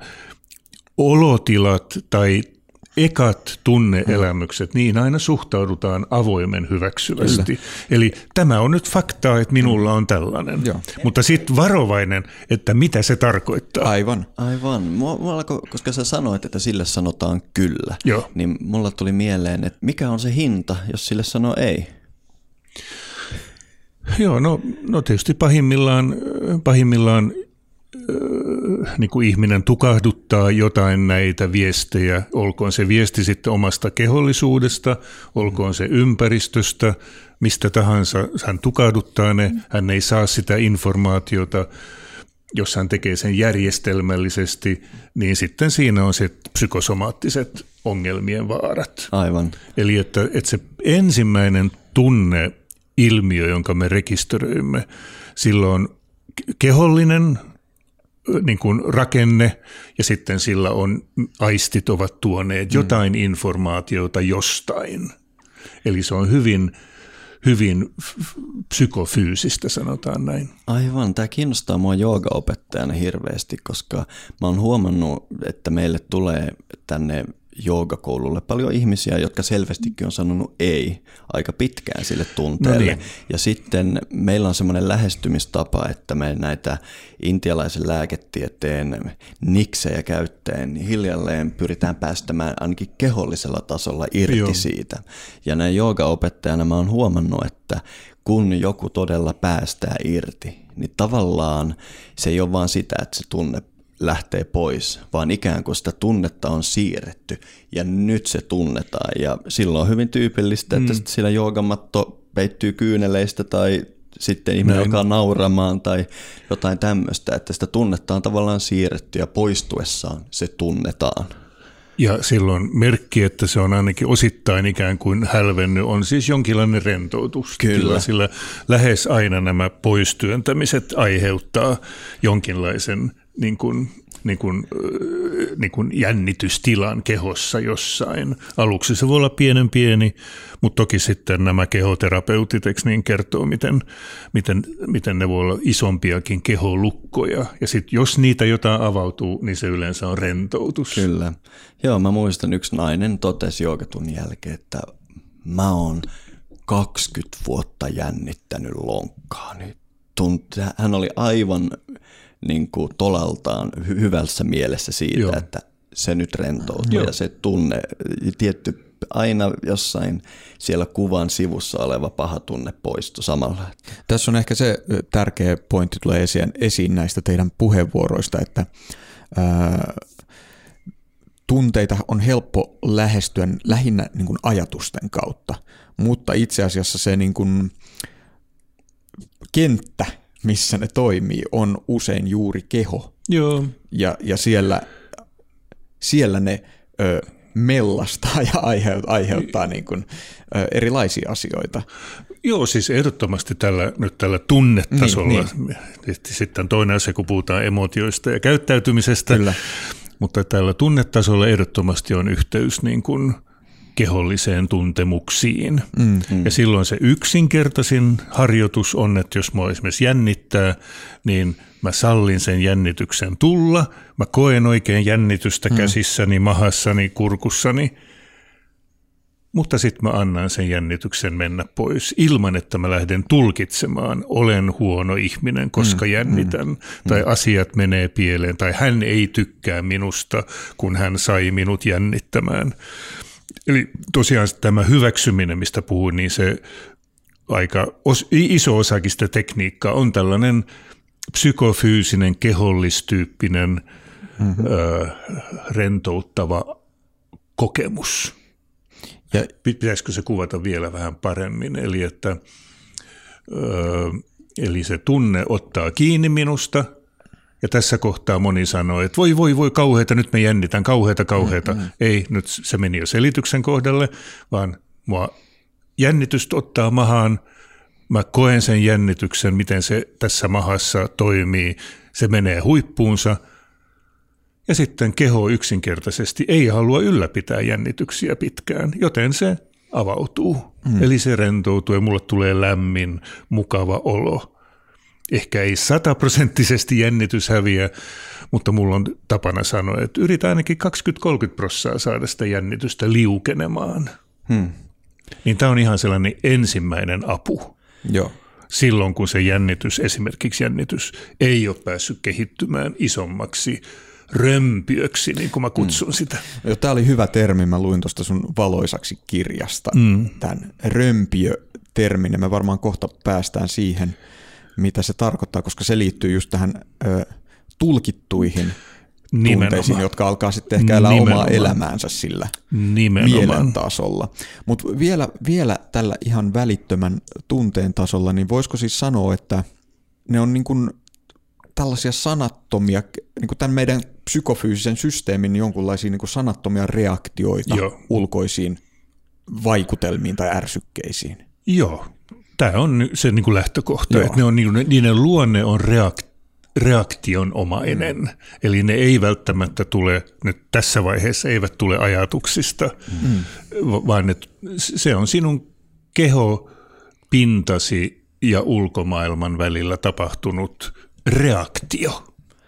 olotilat tai ekat tunne-elämykset, niin aina suhtaudutaan avoimen hyväksyvästi. Kyllä. Eli tämä on nyt faktaa, että minulla on tällainen. Joo. Mutta sitten varovainen, että mitä se tarkoittaa. Aivan. Aivan. Mulla alkoi, koska sä sanoit, että sille sanotaan kyllä, Joo. niin mulla tuli mieleen, että mikä on se hinta, jos sille sanoo ei? Joo, no, no tietysti pahimmillaan, pahimmillaan niin kuin ihminen tukahduttaa jotain näitä viestejä, olkoon se viesti sitten omasta kehollisuudesta, olkoon se ympäristöstä, mistä tahansa, hän tukahduttaa ne, hän ei saa sitä informaatiota, jos hän tekee sen järjestelmällisesti, niin sitten siinä on se psykosomaattiset ongelmien vaarat. Aivan. Eli että, että se ensimmäinen tunneilmiö, jonka me rekisteröimme, silloin kehollinen niin kuin rakenne, ja sitten sillä on, aistit ovat tuoneet jotain mm. informaatiota jostain. Eli se on hyvin, hyvin psykofyysistä, sanotaan näin. Aivan, tämä kiinnostaa mua joogaopettajana hirveästi, koska mä oon huomannut, että meille tulee tänne joogakoululle paljon ihmisiä, jotka selvästikin on sanonut ei aika pitkään sille tunteelle. No niin. Ja sitten meillä on semmoinen lähestymistapa, että me näitä intialaisen lääketieteen niksejä käyttäen hiljalleen pyritään päästämään ainakin kehollisella tasolla irti Joo. siitä. Ja näin joogaopettajana mä oon huomannut, että kun joku todella päästää irti, niin tavallaan se ei ole vaan sitä, että se tunne lähtee pois, vaan ikään kuin sitä tunnetta on siirretty ja nyt se tunnetaan. Ja silloin on hyvin tyypillistä, että mm. siellä joogamatto peittyy kyyneleistä tai sitten ihminen alkaa nauramaan tai jotain tämmöistä, että sitä tunnetta on tavallaan siirretty ja poistuessaan se tunnetaan. Ja silloin merkki, että se on ainakin osittain ikään kuin hälvennyt, on siis jonkinlainen rentoutus. Kyllä. Sillä lähes aina nämä poistyöntämiset aiheuttaa jonkinlaisen niin kuin, niin kuin, niin kuin jännitystilan kehossa jossain. Aluksi se voi olla pienen pieni, mutta toki sitten nämä kehoterapeutit niin kertoo, miten, miten, miten ne voi olla isompiakin keholukkoja. Ja sitten jos niitä jotain avautuu, niin se yleensä on rentoutus. Kyllä. Joo, mä muistan, yksi nainen totesi joogatunnin jälkeen, että mä oon kaksikymmentä vuotta jännittänyt lonkkaani. Hän oli aivan niin kuin tolaltaan hyvässä mielessä siitä, Joo. että se nyt rentoutuu Joo. ja se tunne, tietty aina jossain siellä kuvan sivussa oleva paha tunne poistui samalla. Tässä on ehkä se tärkeä pointti tulee esiin, esiin näistä teidän puheenvuoroista, että ää, tunteita on helppo lähestyä lähinnä niin kuin ajatusten kautta, mutta itse asiassa se niin kuin kenttä, missä ne toimii, on usein juuri keho. Joo. Ja, ja siellä, siellä ne ö, mellastaa ja aiheuttaa, aiheuttaa niin kuin, ö, erilaisia asioita. Joo, siis ehdottomasti tällä, nyt tällä tunnetasolla. Niin, niin. Sitten toinen asia, kun puhutaan emootioista ja käyttäytymisestä. Kyllä. Mutta tällä tunnetasolla ehdottomasti on yhteys niin kuin keholliseen tuntemuksiin. Mm, mm. Ja silloin se yksinkertaisin harjoitus on, että jos mua esimerkiksi jännittää, niin mä sallin sen jännityksen tulla. Mä koen oikein jännitystä mm. käsissäni, mahassani, kurkussani. Mutta sitten mä annan sen jännityksen mennä pois ilman, että mä lähden tulkitsemaan, olen huono ihminen, koska mm, jännitän, mm, tai mm. asiat menee pieleen, tai hän ei tykkää minusta, kun hän sai minut jännittämään. Eli tosiaan tämä hyväksyminen, mistä puhuin, niin se aika os, iso osakin sitä tekniikkaa on tällainen psykofyysinen, kehollistyyppinen, mm-hmm. ö, rentouttava kokemus. Ja pitäisikö se kuvata vielä vähän paremmin? Eli, että, ö, eli se tunne ottaa kiinni minusta. Ja tässä kohtaa moni sanoo, että voi, voi, voi, kauheata, nyt me jännitän, kauheata, kauheata. Mm-hmm. Ei, nyt se meni jo selityksen kohdalle, vaan mua jännitystä ottaa mahaan. Mä koen sen jännityksen, miten se tässä mahassa toimii. Se menee huippuunsa. Ja sitten keho yksinkertaisesti ei halua ylläpitää jännityksiä pitkään, joten se avautuu. Mm. Eli se rentoutuu ja mulle tulee lämmin, mukava olo. Ehkä ei sataprosenttisesti jännitys häviä, mutta mulla on tapana sanoa, että yritä ainakin kaksikymmentä kolmekymmentä prosenttia saada sitä jännitystä liukenemaan. Hmm. Niin tämä on ihan sellainen ensimmäinen apu. Joo. Silloin kun se jännitys, esimerkiksi jännitys, ei ole päässyt kehittymään isommaksi römpiöksi, niin kuin mä kutsun mm. sitä. Joo, tämä oli hyvä termi, mä luin tuosta sun valoisaksi kirjasta, mm. tämän römpiö-termin, ja me varmaan kohta päästään siihen, mitä se tarkoittaa, koska se liittyy just tähän ö, tulkittuihin Nimenomaan. tunteisiin, jotka alkaa sitten ehkä elää Nimenomaan. omaa elämäänsä sillä Nimenomaan. mielen tasolla. Mutta vielä, vielä tällä ihan välittömän tunteen tasolla, niin voisiko siis sanoa, että ne on niin kuin tällaisia sanattomia, niin kuin tämän meidän psykofyysisen systeemin jonkunlaisia niin kuin sanattomia reaktioita Joo. ulkoisiin vaikutelmiin tai ärsykkeisiin? Joo. Tämä on se niin kuin lähtökohta, Joo. että ne on, niiden luonne on reakt, reaktionomainen, mm. eli ne ei välttämättä tule, nyt tässä vaiheessa eivät tule ajatuksista, mm. vaan että se on sinun kehopintasi ja ulkomaailman välillä tapahtunut reaktio.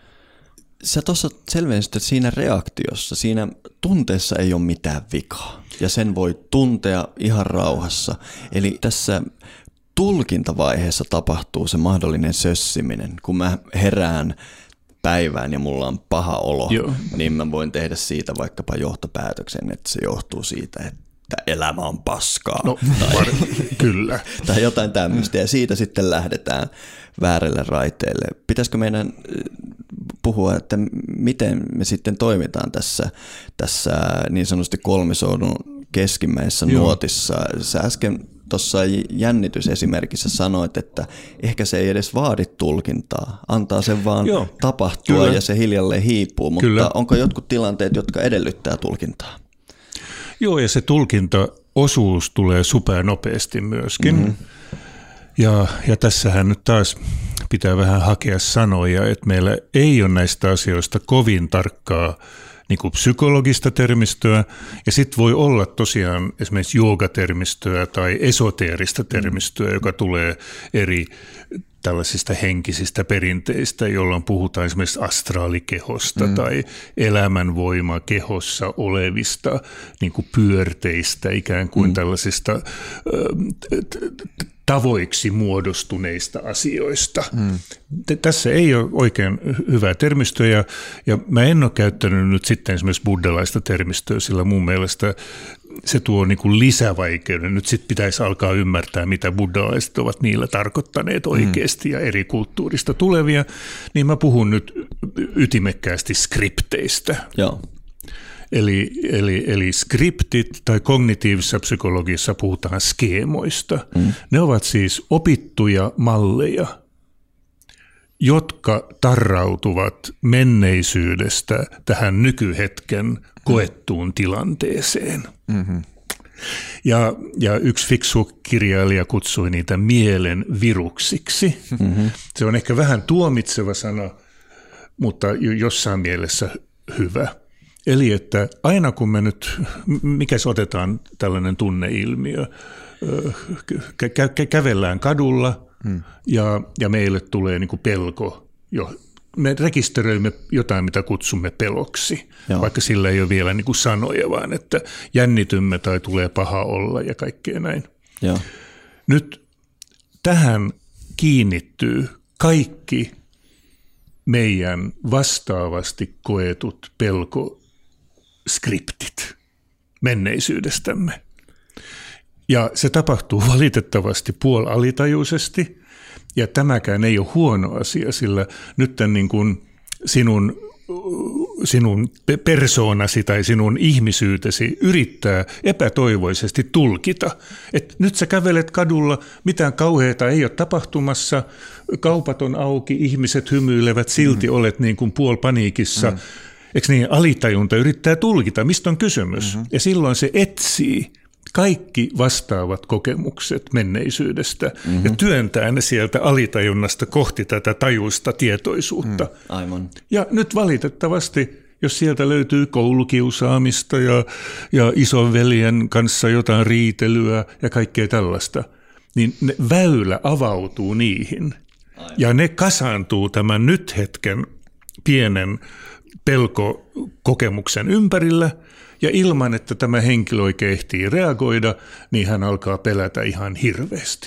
Sä tuossa selvensit, että siinä reaktiossa, siinä tunteessa ei ole mitään vikaa, ja sen voi tuntea ihan rauhassa, eli tässä tulkintavaiheessa tapahtuu se mahdollinen sössiminen. Kun mä herään päivään ja mulla on paha olo, Joo. niin mä voin tehdä siitä vaikkapa johtopäätöksen, että se johtuu siitä, että elämä on paskaa. No, tai, kyllä. Tai jotain tämmöistä, ja siitä sitten lähdetään väärälle raiteelle. Pitäisikö meidän puhua, että miten me sitten toimitaan tässä, tässä niin sanotusti kolmisoudun keskimmäisessä Joo. nuotissa. Sä äsken tuossa jännitysesimerkissä sanoit, että ehkä se ei edes vaadi tulkintaa, antaa sen vaan Joo. tapahtua Kyllä. ja se hiljalleen hiipuu, mutta Kyllä. onko jotkut tilanteet, jotka edellyttää tulkintaa? Joo, ja se tulkintaosuus tulee supernopeasti myöskin. Mm-hmm. Ja, ja tässähän nyt taas pitää vähän hakea sanoja, että meillä ei ole näistä asioista kovin tarkkaa niin kuin psykologista termistöä, ja sitten voi olla tosiaan esimerkiksi joogatermistöä tai esoteerista termistöä, mm. joka tulee eri tällaisista henkisistä perinteistä, jolloin puhutaan esimerkiksi astraalikehosta mm. tai elämänvoima kehossa olevista niin kuin pyörteistä, ikään kuin mm. tällaisista tavoiksi muodostuneista asioista. Mm. Tässä ei ole oikein hyvää termistöä, ja, ja mä en ole käyttänyt nyt sitten esimerkiksi buddhalaista termistöä, sillä mun mielestä se tuo niin kuin lisävaikeuden. Nyt sitten pitäisi alkaa ymmärtää, mitä buddhalaiset ovat niillä tarkoittaneet oikeasti mm. ja eri kulttuurista tulevia, niin mä puhun nyt ytimekkäästi skripteistä. Joo. Eli, eli, eli skriptit tai kognitiivisessa psykologiassa puhutaan skeemoista. Mm. Ne ovat siis opittuja malleja, jotka tarrautuvat menneisyydestä tähän nykyhetken koettuun tilanteeseen. Mm-hmm. Ja, ja yksi fiksu kirjailija kutsui niitä mielen viruksiksi. Mm-hmm. Se on ehkä vähän tuomitseva sana, mutta jossain mielessä hyvä. Eli että aina kun me nyt, mikä se otetaan tällainen tunneilmiö, kä- kä- kävellään kadulla hmm. ja, ja meille tulee niin kuin pelko, jo, me rekisteröimme jotain, mitä kutsumme peloksi, Joo. vaikka sillä ei ole vielä niin kuin sanoja, vaan että jännitymme tai tulee paha olla ja kaikkea näin. Joo. Nyt tähän kiinnittyy kaikki meidän vastaavasti koetut pelkoskriptit menneisyydestämme. Ja se tapahtuu valitettavasti puolalitajuisesti, ja tämäkään ei ole huono asia, sillä nyt niin kuin sinun, sinun persoonasi tai sinun ihmisyytesi yrittää epätoivoisesti tulkita, että nyt sä kävelet kadulla, mitään kauheata ei ole tapahtumassa, kaupat on auki, ihmiset hymyilevät, silti mm. olet niin kuin puolipaniikissa. Mm. Eikö niin, alitajunta yrittää tulkita, mistä on kysymys, mm-hmm. ja silloin se etsii kaikki vastaavat kokemukset menneisyydestä mm-hmm. ja työntää ne sieltä alitajunnasta kohti tätä tajuista tietoisuutta. Mm, aivan. Ja nyt valitettavasti, jos sieltä löytyy koulukiusaamista ja, ja isonveljen kanssa jotain riitelyä ja kaikkea tällaista, niin ne väylä avautuu niihin. Aivan. Ja ne kasaantuu tämän nyt hetken pienen pelkokokemuksen ympärillä, ja ilman, että tämä henkilö oikein ehtii reagoida, niin hän alkaa pelätä ihan hirveästi.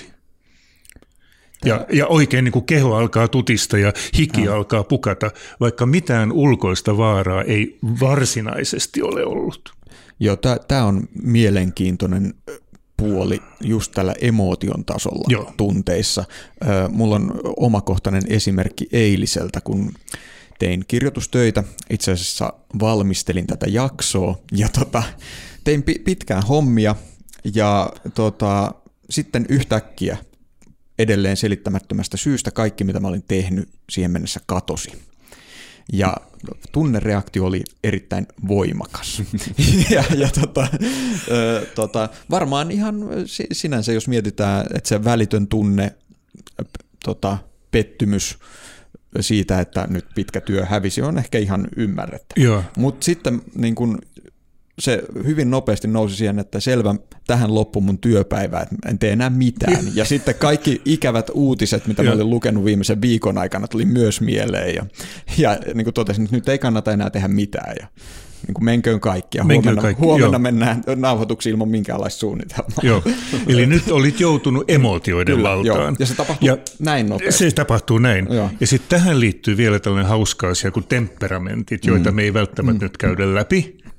Ja, ja oikein niin kuin keho alkaa tutista ja hiki ja. alkaa pukata, vaikka mitään ulkoista vaaraa ei varsinaisesti ole ollut. Joo, tämä on mielenkiintoinen puoli just tällä emootion tasolla Joo. tunteissa. Mulla on omakohtainen esimerkki eiliseltä, kun tein kirjoitustöitä, itse asiassa valmistelin tätä jaksoa ja tota, tein pi- pitkään hommia ja tota, sitten yhtäkkiä edelleen selittämättömästä syystä kaikki, mitä mä olin tehnyt siihen mennessä katosi. Ja tunnereaktio oli erittäin voimakas. ja ja tota, ö, tota, varmaan ihan sinänsä, jos mietitään, että se välitön tunne, tota, pettymys, siitä, että nyt pitkä työ hävisi, on ehkä ihan ymmärrettävä. Mutta sitten niin kun se hyvin nopeasti nousi siihen, että selvä, tähän loppui mun työpäivä, että en tee enää mitään. Ja sitten kaikki ikävät uutiset, mitä mä olin lukenut viimeisen viikon aikana, tuli myös mieleen. Ja, ja niin kuin totesin, että nyt ei kannata enää tehdä mitään. Ja niin kuin menköön kaikki. Ja huomenna, kaikki. huomenna mennään nauhoituksiin ilman minkäänlaista suunnitelmaa. Joo. Eli nyt olit joutunut emootioiden Kyllä, valtaan. Joo. Ja se tapahtuu ja näin nopeasti. Se tapahtuu näin. Joo. Ja sitten tähän liittyy vielä tällainen hauska asia kuin temperamentit, joita mm. me ei välttämättä mm. nyt käydä läpi.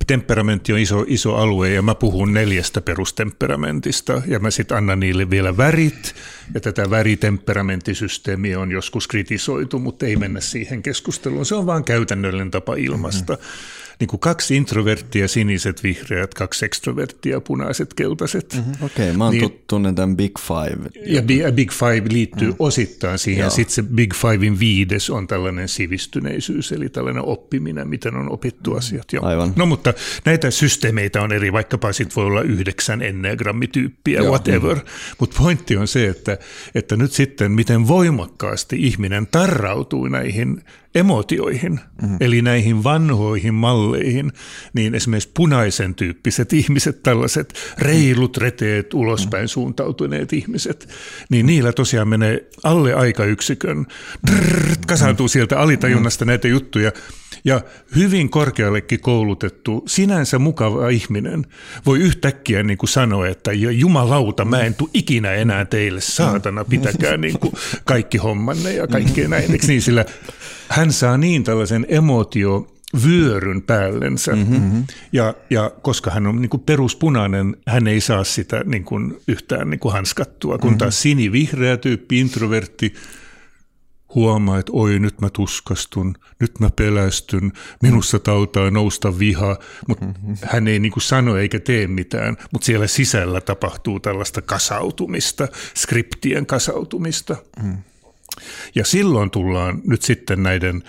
temperamentti on iso, iso alue ja mä puhun neljästä perustemperamentista ja mä sitten annan niille vielä värit ja tätä väritemperamenttisysteemiä on joskus kritisoitu, mutta ei mennä siihen keskusteluun. Se on vaan käytännöllinen tapa ilmaista. Mm-hmm. Niin kuin kaksi introverttia, siniset, vihreät, kaksi extroverttia, punaiset, keltaiset. Mm-hmm. Okei, okay, mä oon niin, tunnen tämän Big Five. Ja Big Five liittyy mm. osittain siihen. Sitten se Big Fivein viides on tällainen sivistyneisyys, eli tällainen oppiminen, miten on opittu mm. asiat. Joo. Aivan. No mutta näitä systeemeitä on eri, vaikkapa sit voi olla yhdeksän enneagrammityyppiä, Joo. whatever. Mm. Mutta pointti on se, että, että nyt sitten miten voimakkaasti ihminen tarrautuu näihin emotioihin, mm-hmm. eli näihin vanhoihin malleihin, niin esimerkiksi punaisen tyyppiset ihmiset, tällaiset reilut, reteet, ulospäin suuntautuneet ihmiset, niin niillä tosiaan menee alle aikayksikön, drrrr, kasaantuu sieltä alitajunnasta näitä juttuja, ja hyvin korkeallekin koulutettu, sinänsä mukava ihminen voi yhtäkkiä niin kuin sanoa, että jumalauta, mä en tule ikinä enää teille, saatana, pitäkää niin kuin kaikki hommanne ja kaikkea näin. Eikö niin, sillä hän saa niin tällaisen emotiovyöryn päällensä, mm-hmm. ja, ja koska hän on niin kuin peruspunainen, hän ei saa sitä niin kuin yhtään niin kuin hanskattua, kun taas sinivihreä tyyppi, introvertti, huomaa, että oi nyt mä tuskastun, nyt mä pelästyn, minussa tautaa nousta viha, mutta mm-hmm. hän ei niin kuin sano eikä tee mitään, mutta siellä sisällä tapahtuu tällaista kasautumista, skriptien kasautumista. Mm. Ja silloin tullaan nyt sitten näiden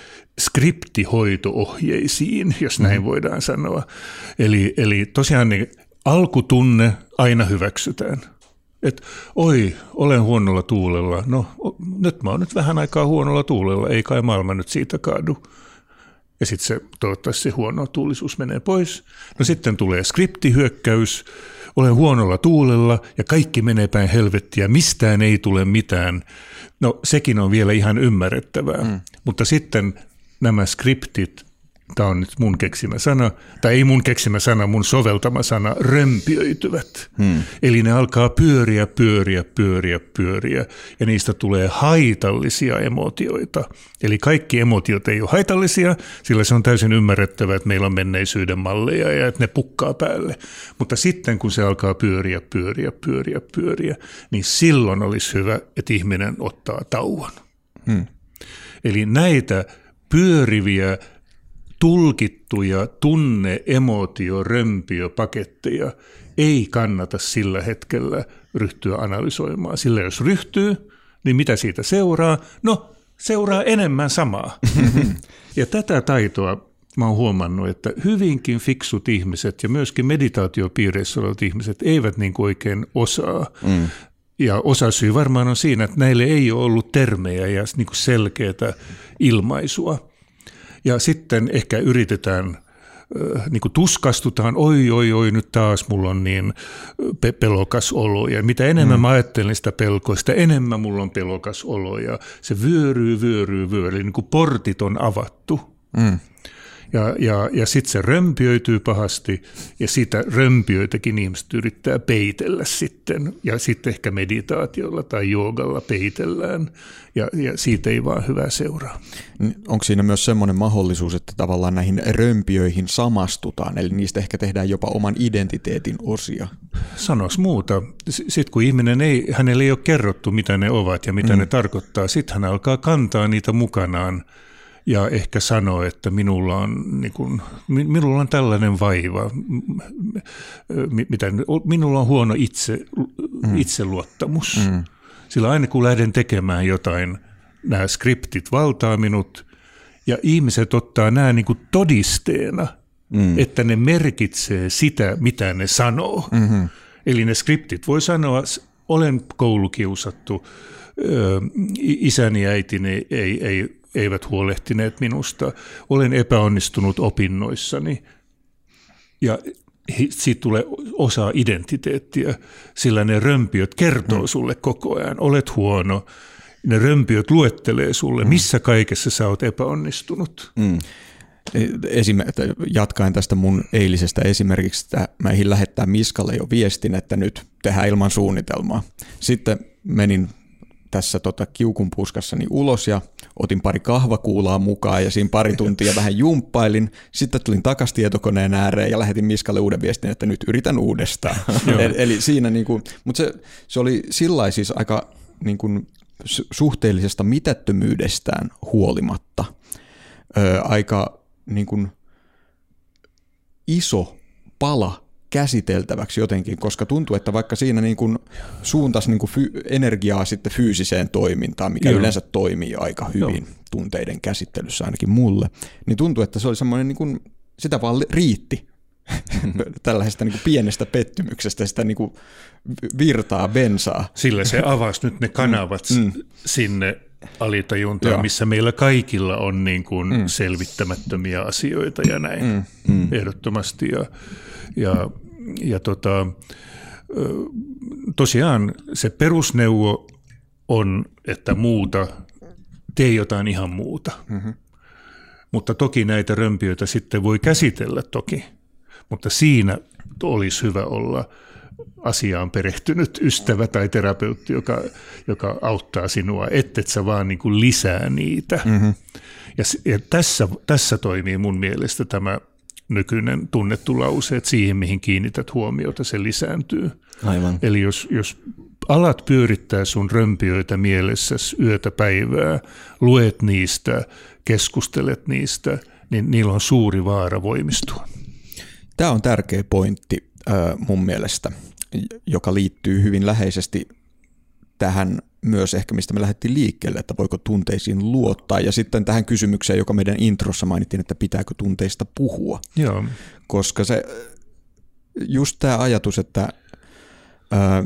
skriptihoito-ohjeisiin, jos näin mm. voidaan sanoa. Eli, eli tosiaan niin alkutunne aina hyväksytään. Että oi, olen huonolla tuulella. No nyt mä oon nyt vähän aikaa huonolla tuulella, ei kai maailma nyt siitä kaadu. Ja sitten se, toivottavasti se huono tuulisuus menee pois. No sitten tulee skriptihyökkäys, olen huonolla tuulella ja kaikki menee päin helvettiä, mistään ei tule mitään. No sekin on vielä ihan ymmärrettävää, mm. mutta sitten nämä skriptit, tämä on nyt mun keksimä sana, tai ei mun keksimä sana, mun soveltama sana, römpiöityvät. Hmm. Eli ne alkaa pyöriä, pyöriä, pyöriä, pyöriä, ja niistä tulee haitallisia emotioita. Eli kaikki emotiot ei ole haitallisia, sillä se on täysin ymmärrettävää, että meillä on menneisyyden malleja ja että ne pukkaa päälle. Mutta sitten kun se alkaa pyöriä, pyöriä, pyöriä, pyöriä, niin silloin olisi hyvä, että ihminen ottaa tauon. Hmm. Eli näitä pyöriviä, tulkittuja tunne-, emotio-, römpiöpaketteja ei kannata sillä hetkellä ryhtyä analysoimaan. Sillä jos ryhtyy, niin mitä siitä seuraa? No, seuraa enemmän samaa. Ja tätä taitoa mä oon huomannut, että hyvinkin fiksut ihmiset ja myöskin meditaatiopiireissä olevat ihmiset eivät niin kuin oikein osaa. Mm. Ja osasyy varmaan on siinä, että näille ei ole ollut termejä ja niin kuin selkeätä ilmaisua. Ja sitten ehkä yritetään, niin kuin tuskastutaan, oi, oi, oi, nyt taas mulla on niin pe- pelokas olo. Ja mitä enemmän mm. mä ajattelen sitä pelkoa, sitä enemmän mulla on pelokas olo. Ja se vyöryy, vyöryy, vyöryy, niin kuin portit on avattu. Mm. Ja, ja, ja sitten se römpiöityy pahasti, ja sitä römpiöitäkin ihmiset yrittää peitellä sitten, ja sitten ehkä meditaatiolla tai joogalla peitellään, ja, ja siitä ei vaan hyvää seuraa. Onko siinä myös semmoinen mahdollisuus, että tavallaan näihin römpiöihin samastutaan, eli niistä ehkä tehdään jopa oman identiteetin osia? Sanois muuta. Sitten kun ihminen ei, hänelle ei ole kerrottu, mitä ne ovat ja mitä mm. ne tarkoittaa, sitten hän alkaa kantaa niitä mukanaan, ja ehkä sanoo, että minulla on, niin kuin, minulla on tällainen vaiva, mitä, minulla on huono itse, mm. itseluottamus. Mm. Sillä aina kun lähden tekemään jotain, nämä skriptit valtaa minut, ja ihmiset ottaa nämä niin kuin todisteena, mm. että ne merkitsee sitä, mitä ne sanoo. Mm-hmm. Eli ne skriptit voi sanoa, olen koulukiusattu, isäni ja äitini ei, ei eivät huolehtineet minusta, olen epäonnistunut opinnoissani, ja siitä tulee osa identiteettiä, sillä ne römpiöt kertoo mm. sulle koko ajan, olet huono, ne römpiöt luettelee sulle, mm. missä kaikessa sä oot epäonnistunut. Mm. Esim- jatkaen tästä mun eilisestä esimerkiksi, että mä ehdin lähettää Miskalle jo viestin, että nyt tehdään ilman suunnitelmaa. Sitten menin tässä tota kiukunpuskassani ulos ja otin pari kahvakuulaa mukaan ja siinä pari tuntia vähän jumppailin. Sitten tulin takaisin tietokoneen ääreen ja lähetin Miskalle uuden viestin, että nyt yritän uudestaan. eli, eli siinä niinku, mutta se, se oli sillai siis aika niinku suhteellisesta mitättömyydestään huolimatta ö, aika niinku iso pala käsiteltäväksi jotenkin, koska tuntuu, että vaikka siinä niin kuin suuntasi niin kuin fy- energiaa sitten fyysiseen toimintaan, mikä Joo. yleensä toimii aika hyvin Joo. tunteiden käsittelyssä ainakin mulle, niin tuntuu, että se oli semmoinen, niin kuin, sitä vaan riitti tällaisesta niin kuin pienestä pettymyksestä, sitä niin kuin virtaa bensaa. Sillä se avasi nyt ne kanavat mm. sinne alitajuntaan, Joo. missä meillä kaikilla on niin kuin mm. selvittämättömiä asioita ja näin, mm. Mm. ehdottomasti. Ja, ja, ja tota, tosiaan se perusneuvo on, että muuta, tee jotain ihan muuta. Mm-hmm. Mutta toki näitä römpiöitä sitten voi käsitellä toki, mutta siinä olisi hyvä olla asiaan perehtynyt ystävä tai terapeutti, joka, joka auttaa sinua, ettet sä vaan niin kuin lisää niitä. Mm-hmm. Ja, ja tässä, tässä toimii mun mielestä tämä nykyinen tunnettu lause, että siihen, mihin kiinnität huomiota, se lisääntyy. Aivan. Eli jos, jos alat pyörittää sun römpiöitä mielessäsi yötä päivää, luet niistä, keskustelet niistä, niin niillä on suuri vaara voimistua. Tämä on tärkeä pointti äh, mun mielestä, joka liittyy hyvin läheisesti tähän myös ehkä, mistä me lähdettiin liikkeelle, että voiko tunteisiin luottaa. Ja sitten tähän kysymykseen, joka meidän introssa mainittiin, että pitääkö tunteista puhua. Joo. Koska se, just tämä ajatus, että ää,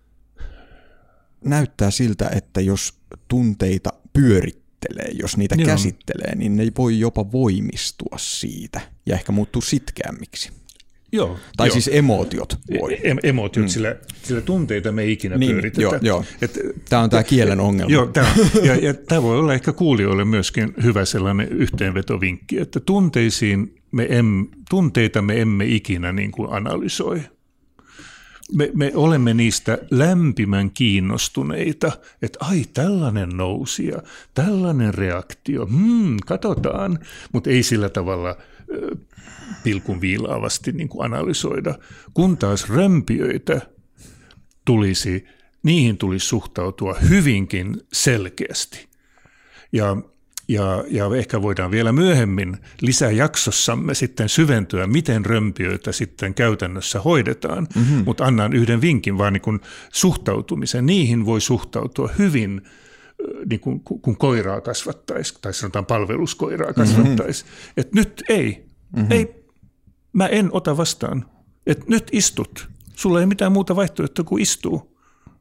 näyttää siltä, että jos tunteita pyörittelee, jos niitä Joo. käsittelee, niin ne voi jopa voimistua siitä ja ehkä muuttua sitkeämmiksi. Joo, tai joo. siis emootiot voi. E- emootiot, mm. sillä, sillä tunteita me ei ikinä niin, pyöritetä. Joo, joo. Et, tämä on tämä kielen ongelma. Joo, tämä, ja, ja tämä voi olla ehkä kuulijoille myöskin hyvä sellainen yhteenvetovinkki, että tunteisiin me em, tunteita me emme ikinä niin kuin analysoi. Me, me olemme niistä lämpimän kiinnostuneita, että ai tällainen nousi ja tällainen reaktio, hmm, katsotaan, mutta ei sillä tavalla pilkun viilaavasti niin kuin analysoida, kun taas römpiöitä tulisi, niihin tulisi suhtautua hyvinkin selkeästi. Ja, ja, ja ehkä voidaan vielä myöhemmin lisäjaksossamme sitten syventyä, miten römpiöitä sitten käytännössä hoidetaan, mm-hmm. mutta annan yhden vinkin vaan niin kuin suhtautumisen. Niihin voi suhtautua hyvin, niin kuin, kun koiraa kasvattaisi, tai sanotaan palveluskoiraa kasvattaisi, mm-hmm. että nyt ei, mm-hmm. ei, mä en ota vastaan, että nyt istut, sulla ei mitään muuta vaihtoehtoa kuin istuu.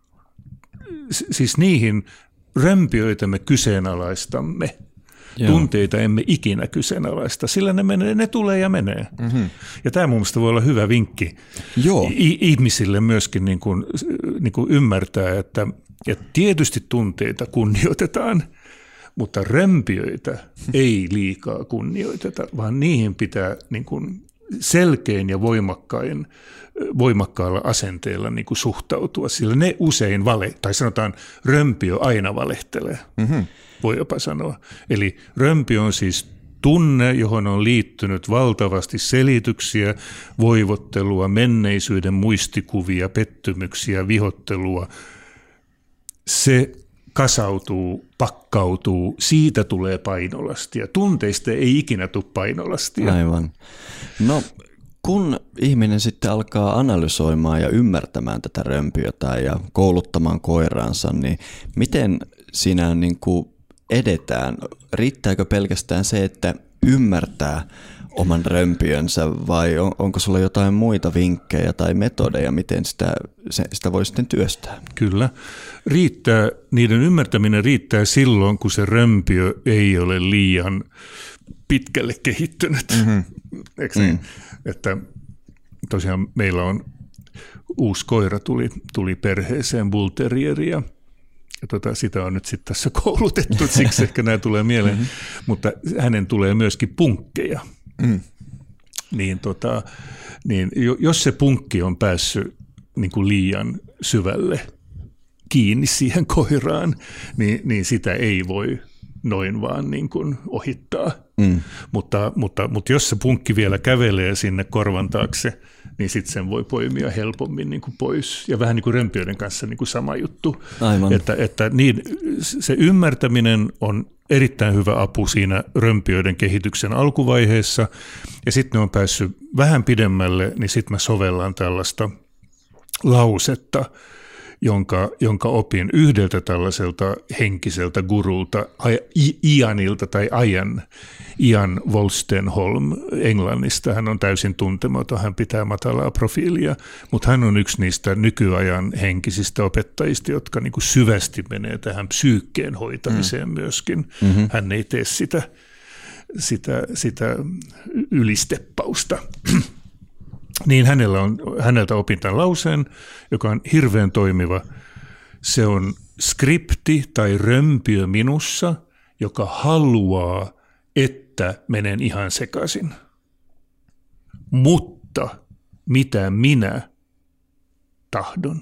S- siis niihin römpiöitä me kyseenalaistamme, Joo. tunteita emme ikinä kyseenalaista, sillä ne, menee, ne tulee ja menee. Mm-hmm. Ja tämä mun mielestä voi olla hyvä vinkki Joo. I- ihmisille myöskin niin kuin, niin kuin ymmärtää, että että tietysti tunteita kunnioitetaan, mutta römpiöitä ei liikaa kunnioiteta, vaan niihin pitää niin kuin selkein ja voimakkain, voimakkaalla asenteella niin kuin suhtautua, sillä ne usein vale, tai sanotaan römpiö aina valehtelee, mm-hmm. voi jopa sanoa. Eli römpiö on siis tunne, johon on liittynyt valtavasti selityksiä, voivottelua, menneisyyden muistikuvia, pettymyksiä, vihottelua. Se kasautuu, pakkautuu, siitä tulee painolastia. Tunteista ei ikinä tule painolastia. Aivan. No kun ihminen sitten alkaa analysoimaan ja ymmärtämään tätä römpiötä ja kouluttamaan koiraansa, niin miten siinä niin kuin edetään? Riittääkö pelkästään se, että ymmärtää oman römpiönsä vai on, onko sulla jotain muita vinkkejä tai metodeja, miten sitä, se, sitä voi sitten työstää? Kyllä. Riittää, niiden ymmärtäminen riittää silloin, kun se römpiö ei ole liian pitkälle kehittynyt. Mm-hmm. Eikö niin? Mm. Että tosiaan meillä on uusi koira tuli, tuli perheeseen, Bull Terrier, ja Ja tota, sitä on nyt sitten tässä koulutettu, siksi ehkä nämä tulee mieleen, mm-hmm. mutta hänen tulee myöskin punkkeja. Mm. Niin, tota, niin jos se punkki on päässyt niin kuin liian syvälle kiinni siihen koiraan, niin, niin sitä ei voi noin vaan niin kuin ohittaa. Mm. Mutta, mutta, mutta jos se punkki vielä kävelee sinne korvan taakse, niin sitten sen voi poimia helpommin niin kuin pois. Ja vähän niin kuin römpiöiden kanssa niin kuin sama juttu. Aivan. Että, että niin, se ymmärtäminen on erittäin hyvä apu siinä römpiöiden kehityksen alkuvaiheessa. Ja sitten ne on päässyt vähän pidemmälle, niin sitten mä sovellan tällaista lausetta, jonka, jonka opin yhdeltä tällaiselta henkiseltä gurulta, Ianilta tai Ian, Ian Wolstenholme Englannista. Hän on täysin tuntematon, hän pitää matalaa profiilia, mutta hän on yksi niistä nykyajan henkisistä opettajista, jotka niin kuin syvästi menee tähän psyykkeen hoitamiseen mm. myöskin. Mm-hmm. Hän ei tee sitä, sitä, sitä ylisteppausta. Niin hänellä on, häneltä opin tämän lauseen, joka on hirveän toimiva. Se on skripti tai römpiö minussa, joka haluaa, että menen ihan sekaisin. Mutta mitä minä tahdon?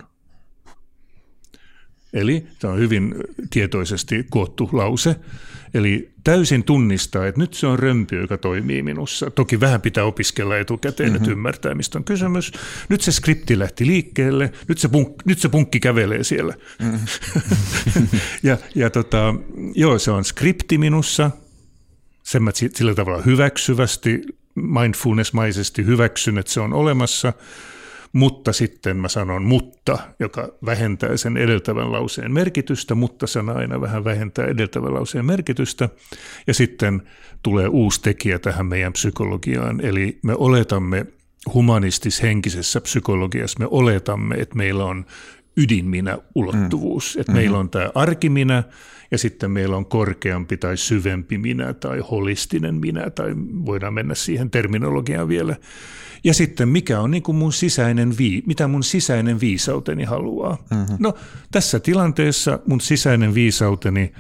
Eli tämä on hyvin tietoisesti koottu lause. Eli täysin tunnistaa, että nyt se on römpiö, joka toimii minussa. Toki vähän pitää opiskella etukäteen, mm-hmm. että ymmärtää, mistä on kysymys. Nyt se skripti lähti liikkeelle, nyt se, punk, nyt se punkki kävelee siellä. Mm-hmm. ja ja tota, joo, se on skripti minussa. Sen mä sillä tavalla hyväksyvästi, mindfulness-maisesti hyväksyn, että se on olemassa. Mutta sitten mä sanon mutta, joka vähentää sen edeltävän lauseen merkitystä, mutta sana aina vähän vähentää edeltävän lauseen merkitystä. Ja sitten tulee uusi tekijä tähän meidän psykologiaan, eli me oletamme humanistis-henkisessä psykologiassa, me oletamme, että meillä on ydinminä-ulottuvuus, mm. että mm-hmm. meillä on tämä arkiminä ja sitten meillä on korkeampi tai syvempi minä tai holistinen minä, tai voidaan mennä siihen terminologiaan vielä. Ja sitten mikä on niin kuin mun sisäinen vii, mitä mun sisäinen viisauteni haluaa. Mm-hmm. No tässä tilanteessa mun sisäinen viisauteni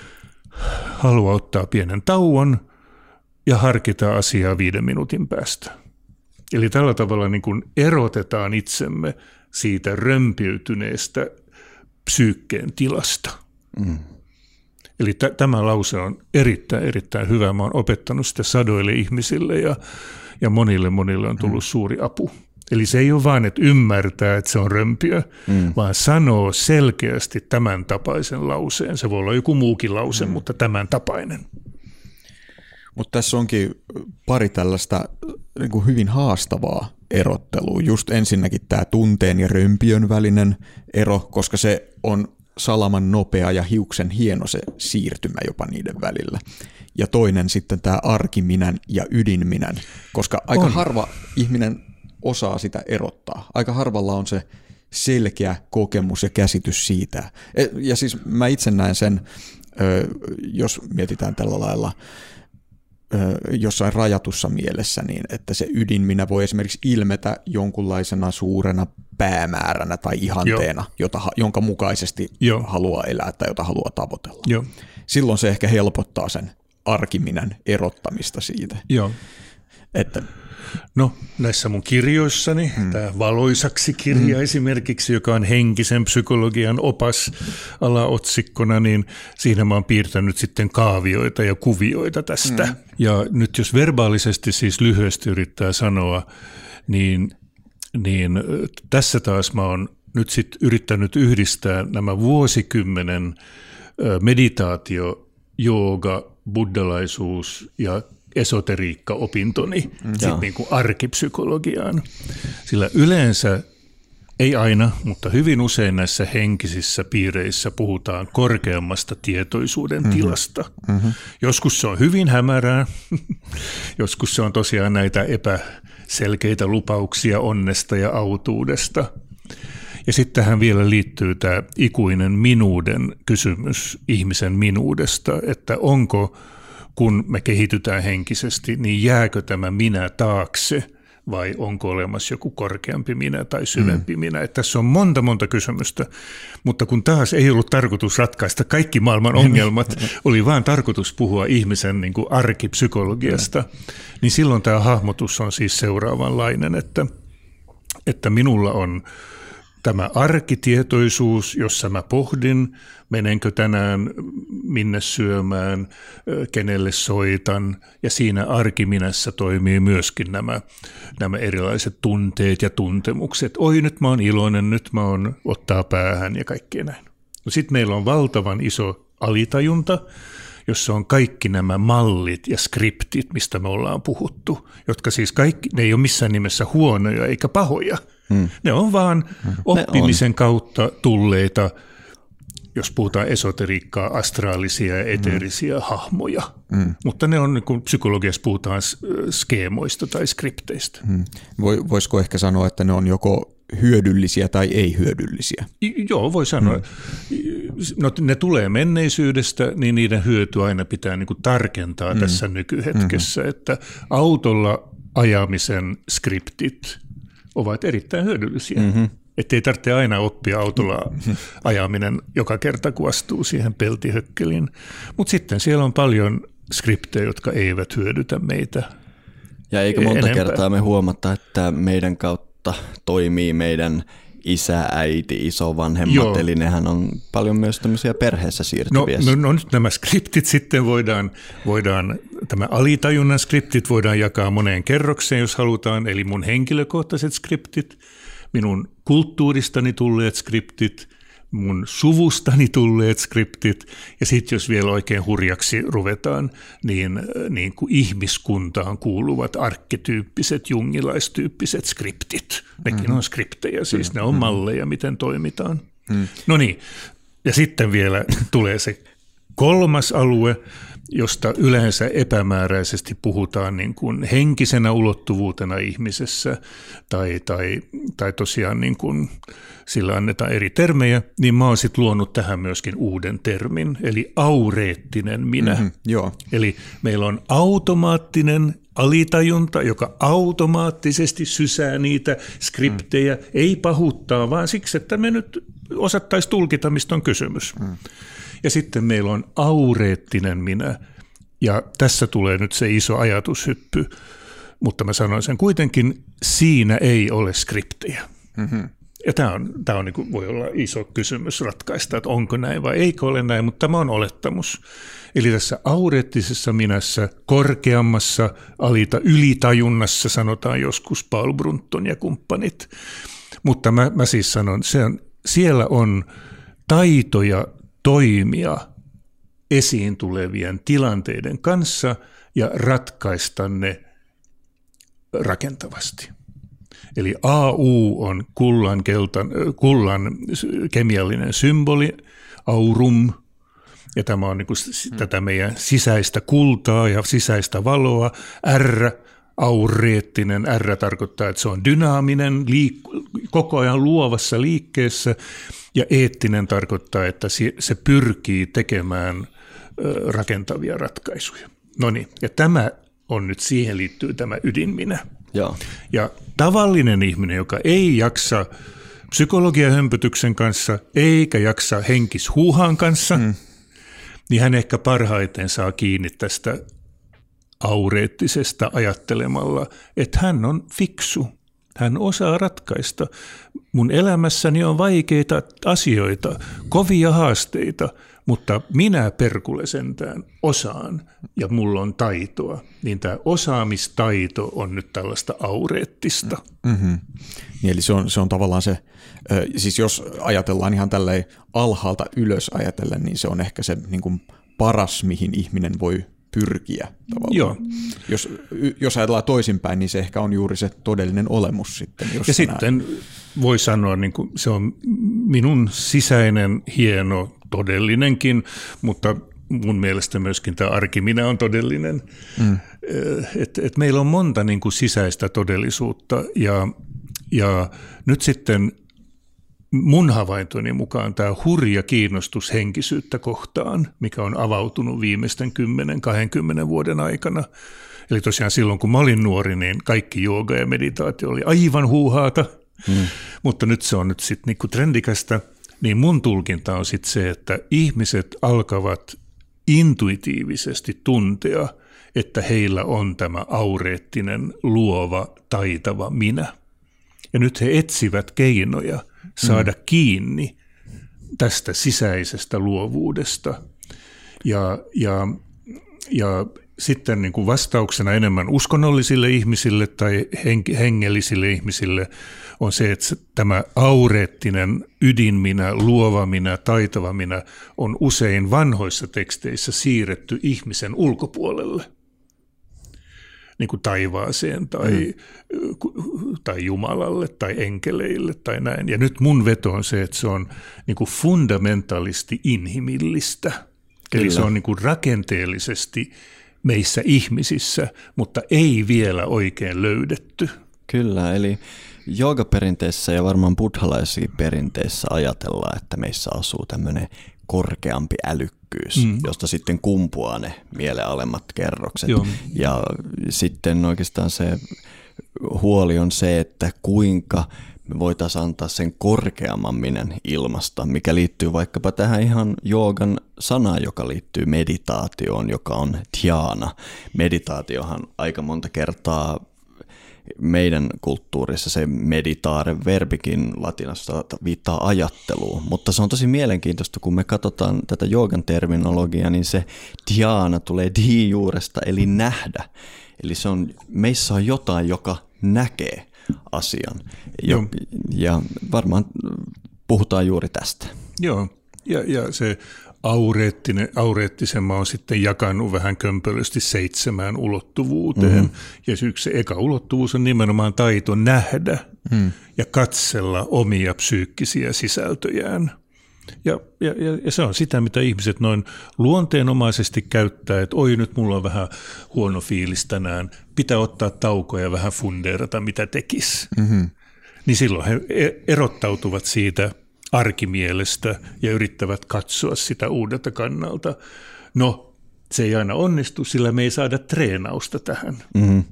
haluaa ottaa pienen tauon ja harkita asiaa viiden minuutin päästä. Eli tällä tavalla niin kuin erotetaan itsemme siitä römpiytyneestä psyykkeen tilasta. Mm. Eli t- tämä lause on erittäin, erittäin hyvä. Mä oon opettanut sitä sadoille ihmisille ja Ja monille monille on tullut mm. suuri apu. Eli se ei ole vain, että ymmärtää, että se on römpiö, mm. vaan sanoo selkeästi tämän tapaisen lauseen. Se voi olla joku muukin lause, mm. mutta tämän tapainen. Mutta tässä onkin pari tällaista niin kuin hyvin haastavaa erottelua. Just ensinnäkin tämä tunteen ja römpiön välinen ero, koska se on salaman nopea ja hiuksen hieno se siirtymä jopa niiden välillä. Ja toinen sitten tämä arkiminän ja ydinminän, koska aika on. harva ihminen osaa sitä erottaa. Aika harvalla on se selkeä kokemus ja käsitys siitä. Ja siis mä itse näen sen, jos mietitään tällä lailla jossain rajatussa mielessä, niin että se ydinminä voi esimerkiksi ilmetä jonkunlaisena suurena päämääränä tai ihanteena, jota, jonka mukaisesti Joo. haluaa elää tai jota haluaa tavoitella. Joo. Silloin se ehkä helpottaa sen arkiminän erottamista siitä. Joo. Että no näissä mun kirjoissani, hmm. tämä Valoisaksi kirja hmm. esimerkiksi, joka on henkisen psykologian opas alaotsikkona, niin siinä mä oon piirtänyt sitten kaavioita ja kuvioita tästä. Hmm. Ja nyt jos verbaalisesti siis lyhyesti yrittää sanoa, niin, niin tässä taas mä oon nyt sitten yrittänyt yhdistää nämä vuosikymmenen meditaatio, jooga, buddhalaisuus ja esoteriikka-opintoni mm, sit niin kuin arkipsykologiaan. Sillä yleensä, ei aina, mutta hyvin usein näissä henkisissä piireissä puhutaan korkeammasta tietoisuuden mm-hmm. tilasta. Mm-hmm. Joskus se on hyvin hämärää, joskus se on tosiaan näitä epäselkeitä lupauksia onnesta ja autuudesta. Ja sitten tähän vielä liittyy tämä ikuinen minuuden kysymys ihmisen minuudesta, että onko, kun me kehitytään henkisesti, niin jääkö tämä minä taakse vai onko olemassa joku korkeampi minä tai syvempi mm. minä. Että tässä on monta, monta kysymystä, mutta kun taas ei ollut tarkoitus ratkaista kaikki maailman ongelmat, oli vaan tarkoitus puhua ihmisen niin kuin arkipsykologiasta, niin silloin tämä hahmotus on siis seuraavanlainen, että, että minulla on tämä arkitietoisuus, jossa mä pohdin, menenkö tänään minne syömään, kenelle soitan, ja siinä arkiminässä toimii myöskin nämä, nämä erilaiset tunteet ja tuntemukset. Oi, nyt mä oon iloinen, nyt mä oon ottaa päähän ja kaikkea näin. No sitten meillä on valtavan iso alitajunta, jossa on kaikki nämä mallit ja skriptit, mistä me ollaan puhuttu, jotka siis kaikki, ne ei ole missään nimessä huonoja eikä pahoja. Hmm. Ne on vaan hmm. oppimisen on. kautta tulleita, jos puhutaan esoteriikkaa, astraalisia ja eteerisiä hmm. hahmoja. Hmm. Mutta ne on, niin kuin psykologiassa puhutaan skeemoista tai skripteistä. Hmm. Voisiko ehkä sanoa, että ne on joko hyödyllisiä tai ei-hyödyllisiä? Joo, voi sanoa. Hmm. No, ne tulee menneisyydestä, niin niiden hyöty aina pitää niin kuin tarkentaa hmm. tässä nykyhetkessä, hmm. että autolla ajamisen skriptit ovat erittäin hyödyllisiä. Hmm. Että ei tarvitse aina oppia autolla ajaminen joka kerta, kun astuu siihen peltihökkeliin. Mutta sitten siellä on paljon skriptejä, jotka eivät hyödytä meitä. Ja eikä monta enempää. kertaa me huomata, että meidän kautta toimii meidän isä, äiti, isovanhemmat, Joo. eli nehän on paljon myös tämmöisiä perheessä siirtyviä. No, no, no nyt nämä skriptit sitten voidaan, voidaan, tämä alitajunnan skriptit voidaan jakaa moneen kerrokseen, jos halutaan, eli mun henkilökohtaiset skriptit, minun kulttuuristani tulleet skriptit, mun suvustani tulleet skriptit, ja sitten jos vielä oikein hurjaksi ruvetaan, niin, niin kuin ihmiskuntaan kuuluvat arkkityyppiset, jungilaistyyppiset skriptit. Nekin mm-hmm. on skriptejä, siis mm-hmm. ne on malleja, miten toimitaan. Mm-hmm. No niin, ja sitten vielä tulee se kolmas alue, josta yleensä epämääräisesti puhutaan niin kuin henkisenä ulottuvuutena ihmisessä, tai, tai, tai tosiaan niin kuin sillä annetaan eri termejä, niin mä oon sitten luonut tähän myöskin uuden termin, eli aureettinen minä. Mm-hmm, joo. Eli meillä on automaattinen alitajunta, joka automaattisesti sysää niitä skriptejä, mm. ei pahuttaa, vaan siksi, että me nyt osattaisiin tulkita, mistä on kysymys. Mm. Ja sitten meillä on aureettinen minä, ja tässä tulee nyt se iso ajatushyppy, mutta mä sanoin sen kuitenkin, siinä ei ole skriptejä. Mm-hmm. Ja tämä on, tämä on niin kuin, voi olla iso kysymys ratkaista, että onko näin vai eikö ole näin, mutta tämä on olettamus. Eli tässä aureettisessa minässä, korkeammassa alita, ylitajunnassa, sanotaan joskus Paul Brunton ja kumppanit, mutta mä, mä siis sanon, se on, siellä on taitoja toimia esiin tulevien tilanteiden kanssa ja ratkaista ne rakentavasti. Eli A U on kullan, keltan, kullan kemiallinen symboli, aurum, ja tämä on niin kuin hmm. tätä meidän sisäistä kultaa ja sisäistä valoa. R, aureettinen, R tarkoittaa, että se on dynaaminen, liik- koko ajan luovassa liikkeessä, ja eettinen tarkoittaa, että se pyrkii tekemään rakentavia ratkaisuja. No niin, ja tämä on nyt, siihen liittyy tämä ydinminä. Joo. Ja tavallinen ihminen, joka ei jaksa psykologiahömpötyksen kanssa, eikä jaksa henkishuuhaan kanssa, mm. niin hän ehkä parhaiten saa kiinni tästä aureettisesta ajattelemalla, että hän on fiksu. Hän osaa ratkaista. Mun elämässäni on vaikeita asioita, kovia haasteita, mutta minä Perkule sentään osaan ja mulla on taitoa. Niin tämä osaamistaito on nyt tällaista aureettista. Mm-hmm. Eli se on, se on tavallaan se, siis jos ajatellaan ihan tälleen alhaalta ylös ajatellen, niin se on ehkä se niin kuin paras, mihin ihminen voi pyrkiä tavallaan. Joo. Jos, jos ajatellaan toisinpäin, niin se ehkä on juuri se todellinen olemus sitten. Jos ja sitten näin. Voi sanoa, niin kuin se on minun sisäinen, hieno, todellinenkin, mutta mun mielestä myöskin tämä arkiminä on todellinen. Mm. Et, et meillä on monta niin kuin sisäistä todellisuutta, ja, ja nyt sitten mun havaintoni mukaan tämä hurja kiinnostus henkisyyttä kohtaan, mikä on avautunut viimeisten kymmenen kahdenkymmenen vuoden aikana. Eli tosiaan silloin, kun mä olin nuori, niin kaikki jooga ja meditaatio oli aivan huuhaata, mm. mutta nyt se on nyt sitten niinku trendikästä. Niin mun tulkinta on sitten se, että ihmiset alkavat intuitiivisesti tuntea, että heillä on tämä aureettinen, luova, taitava minä. Ja nyt he etsivät keinoja saada mm. kiinni tästä sisäisestä luovuudesta. Ja, ja, ja sitten niin kuin vastauksena enemmän uskonnollisille ihmisille tai hengellisille ihmisille on se, että tämä aureettinen ydinminä, luova minä, taitava minä on usein vanhoissa teksteissä siirretty ihmisen ulkopuolelle, niin kuin taivaaseen tai, mm. tai Jumalalle tai enkeleille tai näin. Ja nyt mun veto on se, että se on niin kuin fundamentalisti inhimillistä. Kyllä. Eli se on niin kuin rakenteellisesti meissä ihmisissä, mutta ei vielä oikein löydetty. Kyllä, eli joogaperinteessä ja varmaan buddhalaisissa perinteissä ajatellaan, että meissä asuu tämmöinen korkeampi älykkyys, mm. josta sitten kumpuaa ne mielen alemmat kerrokset. Joo. Ja sitten oikeastaan se huoli on se, että kuinka me voitaisiin antaa sen korkeamman minän ilmasta, mikä liittyy vaikkapa tähän ihan joogan sanaan, joka liittyy meditaatioon, joka on dhyana. Meditaatiohan aika monta kertaa meidän kulttuurissa se meditaare verbikin latinassa viittaa ajatteluun, mutta se on tosi mielenkiintoista, kun me katsotaan tätä joogan terminologiaa, niin se dhyana tulee di-juuresta eli nähdä. Eli se on, meissä on jotain, joka näkee asian. Jo, ja varmaan puhutaan juuri tästä. Joo, ja, ja se aureettinen, aureettisen mä oon sitten jakanut vähän kömpelösti seitsemään ulottuvuuteen. Mm-hmm. Ja yksi se eka ulottuvuus on nimenomaan taito nähdä mm. ja katsella omia psyykkisiä sisältöjään. Ja, ja, ja se on sitä, mitä ihmiset noin luonteenomaisesti käyttää, että oi nyt mulla on vähän huono fiilis tänään, pitää ottaa taukoja ja vähän fundeerata, mitä tekisi. Mm-hmm. Niin silloin he erottautuvat siitä arkimielestä ja yrittävät katsoa sitä uudelta kannalta. No, se ei aina onnistu, sillä me ei saada treenausta tähän. Mm-hmm.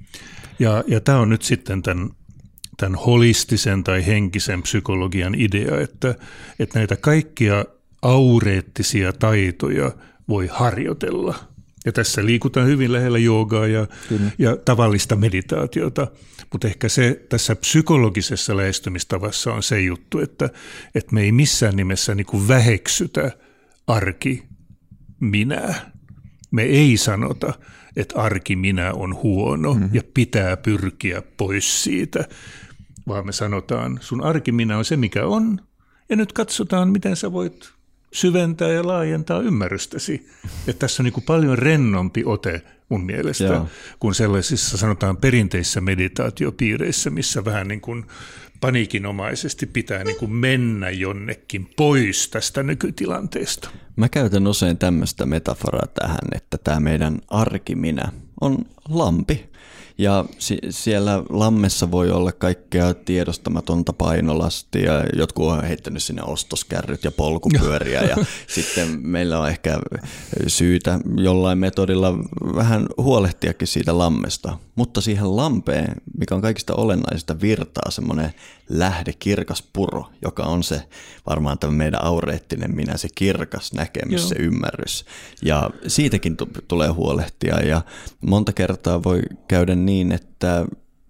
Ja, ja tämä on nyt sitten tämän tämän holistisen tai henkisen psykologian idea, että, että näitä kaikkia aureettisia taitoja voi harjoitella. Ja tässä liikutaan hyvin lähellä joogaa ja, ja tavallista meditaatiota, mutta ehkä se tässä psykologisessa lähestymistavassa on se juttu, että, että me ei missään nimessä niin kuin väheksytä arki minää. Me ei sanota, että arki minä on huono mm-hmm. ja pitää pyrkiä pois siitä, vaan me sanotaan, sun arki minä on se mikä on, ja nyt katsotaan, miten sä voit syventää ja laajentaa ymmärrystäsi. Että tässä on niin kuin paljon rennompi ote mun mielestä, Joo. kuin sellaisissa sanotaan perinteissä meditaatiopiireissä, missä vähän niin kuin paniikinomaisesti pitää niin kuin mennä jonnekin pois tästä nykytilanteesta. Mä käytän usein tämmöistä metaforaa tähän, että tämä meidän arkiminä on lampi. Ja si- siellä lammessa voi olla kaikkea tiedostamatonta painolastia, ja jotkut on heittänyt sinne ostoskärryt ja polkupyöriä, ja sitten meillä on ehkä syytä jollain metodilla vähän huolehtiakin siitä lammesta. Mutta siihen lampeen, mikä on kaikista olennaisista, virtaa semmoinen lähde, kirkas puro, joka on se varmaan tämä meidän aureettinen minä, se kirkas näkemys, Joo. se ymmärrys. Ja siitäkin t- tulee huolehtia, ja monta kertaa voi käydä niin, että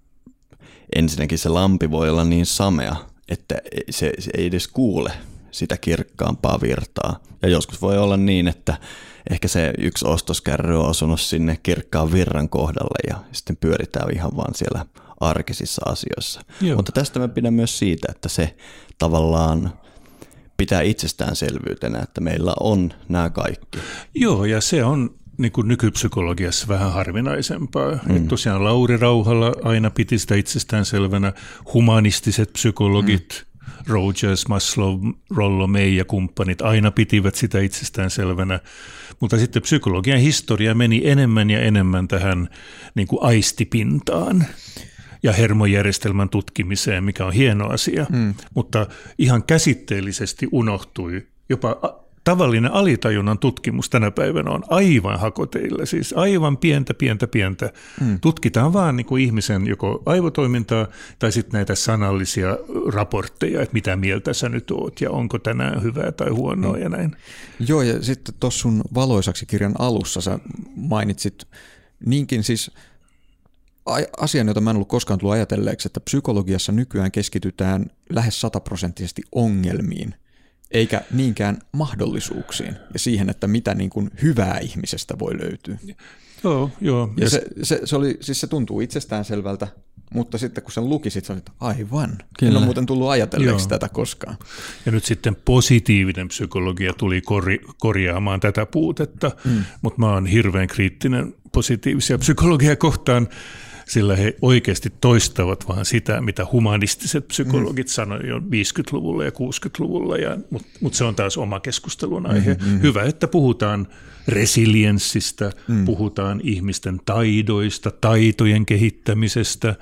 ensinnäkin se lampi voi olla niin samea, että se, se ei edes kuule sitä kirkkaampaa virtaa. Ja joskus voi olla niin, että ehkä se yksi ostoskärry on osunut sinne kirkkaan virran kohdalle ja sitten pyöritään ihan vaan siellä arkisissa asioissa. Joo. Mutta tästä mä pidän myös siitä, että se tavallaan pitää itsestäänselvyytenä, että meillä on nämä kaikki. Joo, ja se on niin kuin nykypsykologiassa vähän harvinaisempaa. Mm. Että tosiaan Lauri Rauhala aina piti sitä itsestäänselvänä. Humanistiset psykologit, mm. Rogers, Maslow, Rollo May ja kumppanit aina pitivät sitä itsestäänselvänä. Mutta sitten psykologian historia meni enemmän ja enemmän tähän niin kuin aistipintaan ja hermojärjestelmän tutkimiseen, mikä on hieno asia. Mm. Mutta ihan käsitteellisesti unohtui jopa tavallinen alitajunnan tutkimus tänä päivänä on aivan hakoteilla, siis aivan pientä, pientä, pientä. Mm. Tutkitaan vaan niin kuin ihmisen joko aivotoimintaa tai sitten näitä sanallisia raportteja, että mitä mieltä sä nyt oot ja onko tänään hyvää tai huonoa mm. ja näin. Joo, ja sitten tuossa sun Valoisaksi kirjan alussa sä mainitsit niinkin siis asian, jota mä en ollut koskaan tullut ajatelleeksi, että psykologiassa nykyään keskitytään lähes sataprosenttisesti ongelmiin, eikä niinkään mahdollisuuksiin ja siihen, että mitä niin kuin hyvää ihmisestä voi löytyä. Joo, joo. Ja se, se, se, oli, siis se tuntuu itsestäänselvältä, mutta sitten kun sen lukisit, sä olit, aivan, Kyllä. en ole muuten tullut ajatelleeksi Joo. tätä koskaan. Ja nyt sitten positiivinen psykologia tuli kor- korjaamaan tätä puutetta, mm. mutta mä oon hirveän kriittinen positiivisia psykologia kohtaan, sillä he oikeasti toistavat vaan sitä, mitä humanistiset psykologit mm. sanoi jo viisikymmentäluvulla ja kuusikymmentäluvulla, ja, mutta mut se on taas oma keskustelun aihe. Mm-hmm. Hyvä, että puhutaan resilienssistä, mm. puhutaan ihmisten taidoista, taitojen kehittämisestä,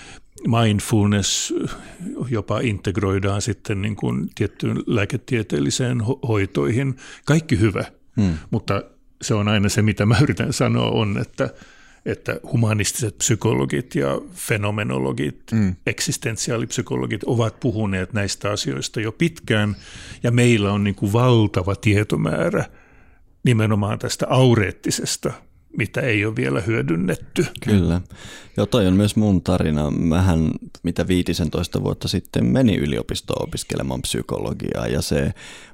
mindfulness jopa integroidaan sitten niin kuin tiettyyn lääketieteelliseen ho- hoitoihin. Kaikki hyvä, mm. mutta se on aina se, mitä mä yritän sanoa, on, että että humanistiset psykologit ja fenomenologit, mm. eksistentiaalipsykologit ovat puhuneet näistä asioista jo pitkään, ja meillä on niin kuin valtava tietomäärä nimenomaan tästä aureettisesta, mitä ei ole vielä hyödynnetty. Kyllä. Joo, toi on myös mun tarina. Mähän mitä viisitoista vuotta sitten meni yliopistoon opiskelemaan psykologiaa, ja se,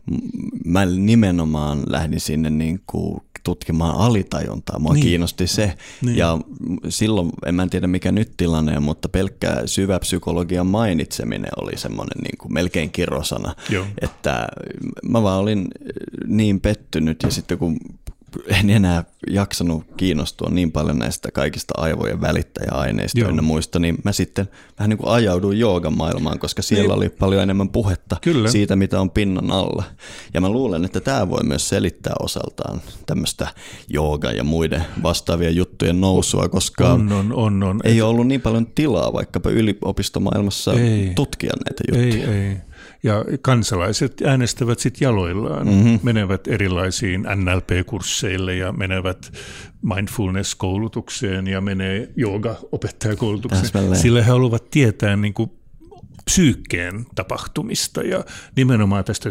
mä nimenomaan lähdin sinne niin kuin tutkimaan alitajuntaa. Mua niin. kiinnosti se. Niin. Ja silloin, en mä tiedä mikä nyt tilanne on, mutta pelkkä syvä psykologian mainitseminen oli semmoinen niin kuin melkein kirosana. Joo. Että mä vaan olin niin pettynyt, ja sitten kun en enää jaksanut kiinnostua niin paljon näistä kaikista aivojen välittäjäaineista ja muista, niin mä sitten vähän niin kuin ajauduin joogan maailmaan, koska siellä niin. oli paljon enemmän puhetta Kyllä. siitä, mitä on pinnan alla. Ja mä luulen, että tämä voi myös selittää osaltaan tämmöistä joogan ja muiden vastaavien juttujen nousua, koska on, on, on, on. ei ole ollut niin paljon tilaa vaikkapa yliopistomaailmassa ei. tutkia näitä juttuja. Ei, ei. Ja kansalaiset äänestävät sitten jaloillaan, mm-hmm. menevät erilaisiin N L P-kursseille ja menevät mindfulness-koulutukseen ja menee jooga-opettajakoulutukseen. Täsmälleen. Sillä he haluavat tietää niin kuin psyykkeen tapahtumista ja nimenomaan tästä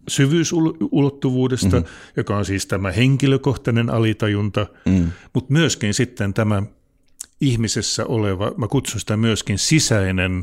syvyysulottuvuudesta, mm-hmm. joka on siis tämä henkilökohtainen alitajunta, mm. mutta myöskin sitten tämä ihmisessä oleva, mä kutsun sitä myöskin sisäinen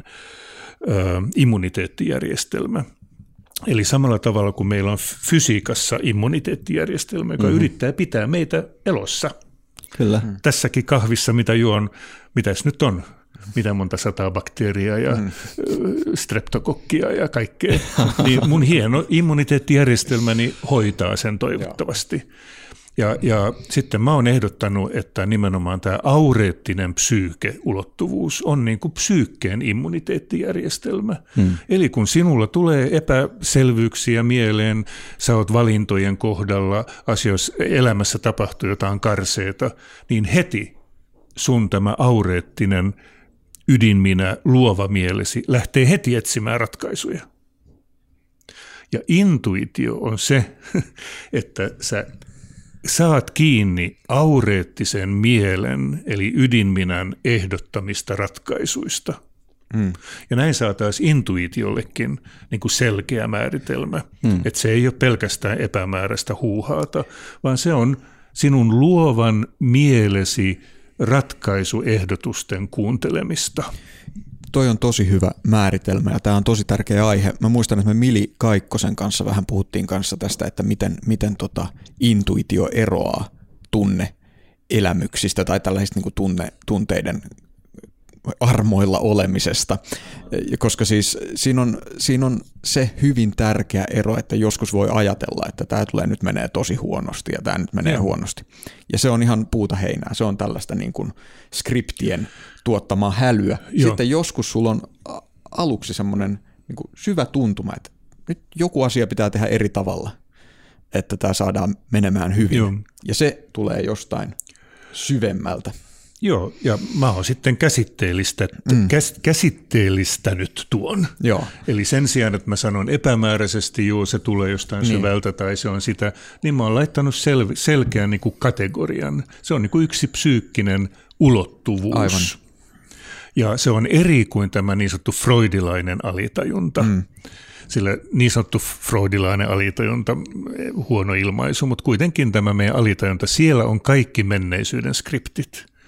immuniteettijärjestelmä. Eli samalla tavalla kuin meillä on fysiikassa immuniteettijärjestelmä, joka mm-hmm. yrittää pitää meitä elossa. Kyllä. Tässäkin kahvissa, mitä juon, mitäs nyt on? Mitä monta sataa bakteeria ja mm. streptokokkia ja kaikkea. Niin mun hieno immuniteettijärjestelmäni hoitaa sen toivottavasti. Ja, ja sitten mä oon ehdottanut, että nimenomaan tämä aureettinen psyyke-ulottuvuus on niin kuin psyykkeen immuniteettijärjestelmä. Hmm. Eli kun sinulla tulee epäselvyyksiä mieleen, sä oot valintojen kohdalla, asioissa elämässä tapahtuu jotain karseeta, niin heti sun tämä aureettinen ydinminä, luova mielesi lähtee heti etsimään ratkaisuja. Ja intuitio on se, että sä saat kiinni aureettisen mielen, eli ydinminän ehdottamista ratkaisuista. Mm. Ja näin saataisiin intuitiollekin niin kuin selkeä määritelmä, mm. että se ei ole pelkästään epämääräistä huuhaata, vaan se on sinun luovan mielesi ratkaisuehdotusten kuuntelemista. Toi on tosi hyvä määritelmä ja tämä on tosi tärkeä aihe. Mä muistan, että me Mili Kaikkosen kanssa vähän puhuttiin kanssa tästä, että miten, miten tota intuitio eroaa tunne-elämyksistä tai tällaisista niin kuin tunne, tunteiden armoilla olemisesta, koska siis siinä on, siinä on se hyvin tärkeä ero, että joskus voi ajatella, että tämä tulee nyt menee tosi huonosti ja tämä nyt menee ja. huonosti. Ja se on ihan puuta heinää, se on tällaista niin kuin skriptien tuottamaa hälyä. Joo. Sitten joskus sulla on aluksi semmoinen niin kuin syvä tuntuma, että nyt joku asia pitää tehdä eri tavalla, että tämä saadaan menemään hyvin. Joo. Ja se tulee jostain syvemmältä. Joo, ja mä oon sitten käsitteellistä, mm. käs, käsitteellistänyt tuon. Joo. Eli sen sijaan, että mä sanon epämääräisesti, joo, se tulee jostain niin. syvältä tai se on sitä, niin mä oon laittanut sel, selkeän niin kuin kategorian. Se on niin kuin yksi psyykkinen ulottuvuus. Aivan. Ja se on eri kuin tämä niin sanottu freudilainen alitajunta. Mm. Sillä niin sanottu freudilainen alitajunta, huono ilmaisu, mutta kuitenkin tämä meidän alitajunta, siellä on kaikki menneisyyden skriptit.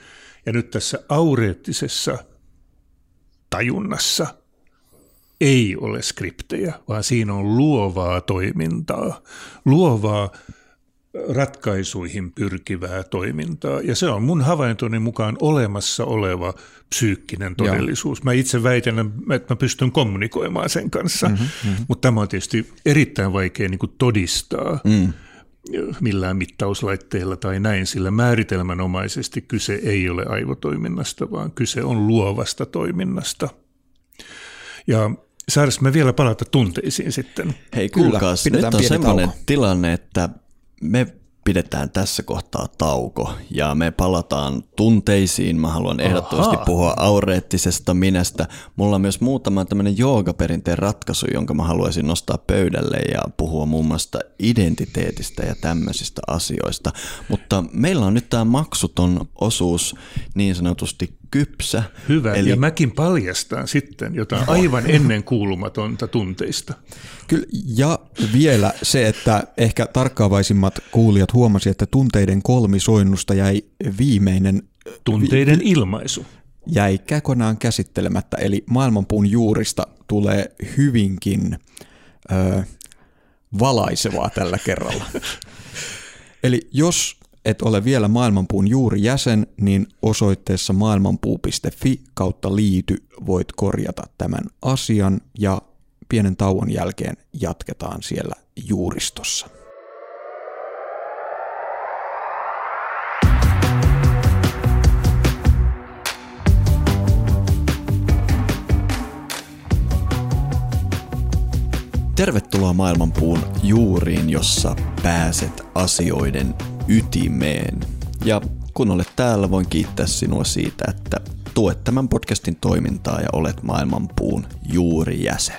Ja nyt tässä aureettisessa tajunnassa ei ole skriptejä, vaan siinä on luovaa toimintaa, luovaa ratkaisuihin pyrkivää toimintaa. Ja se on mun havaintoni mukaan olemassa oleva psyykkinen todellisuus. Joo. Mä itse väitän, että mä pystyn kommunikoimaan sen kanssa, mm-hmm, mm-hmm. mutta tämä on tietysti erittäin vaikea niin kuin todistaa mm. millään mittauslaitteella tai näin, sillä määritelmänomaisesti kyse ei ole aivotoiminnasta, vaan kyse on luovasta toiminnasta. Ja saadaanko me vielä palata tunteisiin sitten? Hei, kuulkaas, nyt on semmoinen tilanne, että me pidetään tässä kohtaa tauko ja me palataan tunteisiin. Mä haluan ehdottomasti Aha. puhua aureettisesta minästä. Mulla on myös muutama tämmöinen joogaperinteen ratkaisu, jonka mä haluaisin nostaa pöydälle ja puhua muun muassa identiteetistä ja tämmöisistä asioista. Mutta meillä on nyt tämä maksuton osuus niin sanotusti kypsä. Hyvä, eli ja mäkin paljastan sitten jotain aivan ennenkuulumatonta tunteista. Kyllä, ja vielä se, että ehkä tarkkaavaisimmat kuulijat huomasi, että tunteiden kolmisoinnusta jäi viimeinen tunteiden vi- ilmaisu. Jäi kokonaan käsittelemättä, eli maailmanpuun juurista tulee hyvinkin ö, valaisevaa tällä kerralla. Eli jos et ole vielä Maailmanpuun juurijäsen, niin osoitteessa maailmanpuu piste fi kautta liity voit korjata tämän asian ja pienen tauon jälkeen jatketaan siellä juuristossa. Tervetuloa Maailmanpuun juuriin, jossa pääset asioiden ytimeen. Ja kun olet täällä, voin kiittää sinua siitä, että tuet tämän podcastin toimintaa ja olet Maailmanpuun juurijäsen.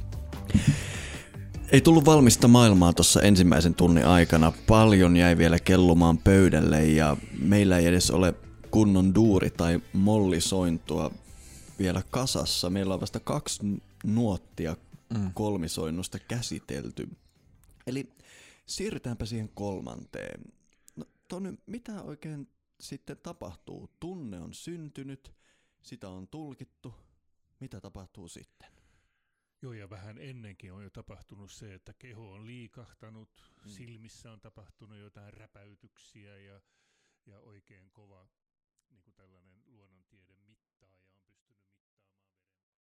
Ei tullut valmista maailmaa tuossa ensimmäisen tunnin aikana. Paljon jäi vielä kellumaan pöydälle ja meillä ei edes ole kunnon duuri tai mollisointua vielä kasassa. Meillä on vasta kaksi nuottia mm. kolmisoinnusta käsitelty. Eli siirrytäänpä siihen kolmanteen. No Tony, mitä oikein sitten tapahtuu? Tunne on syntynyt, sitä on tulkittu. Mitä tapahtuu sitten? Joo, ja vähän ennenkin on jo tapahtunut se, että keho on liikahtanut, mm. silmissä on tapahtunut jotain räpäytyksiä ja, ja oikein kova niin kuin tällainen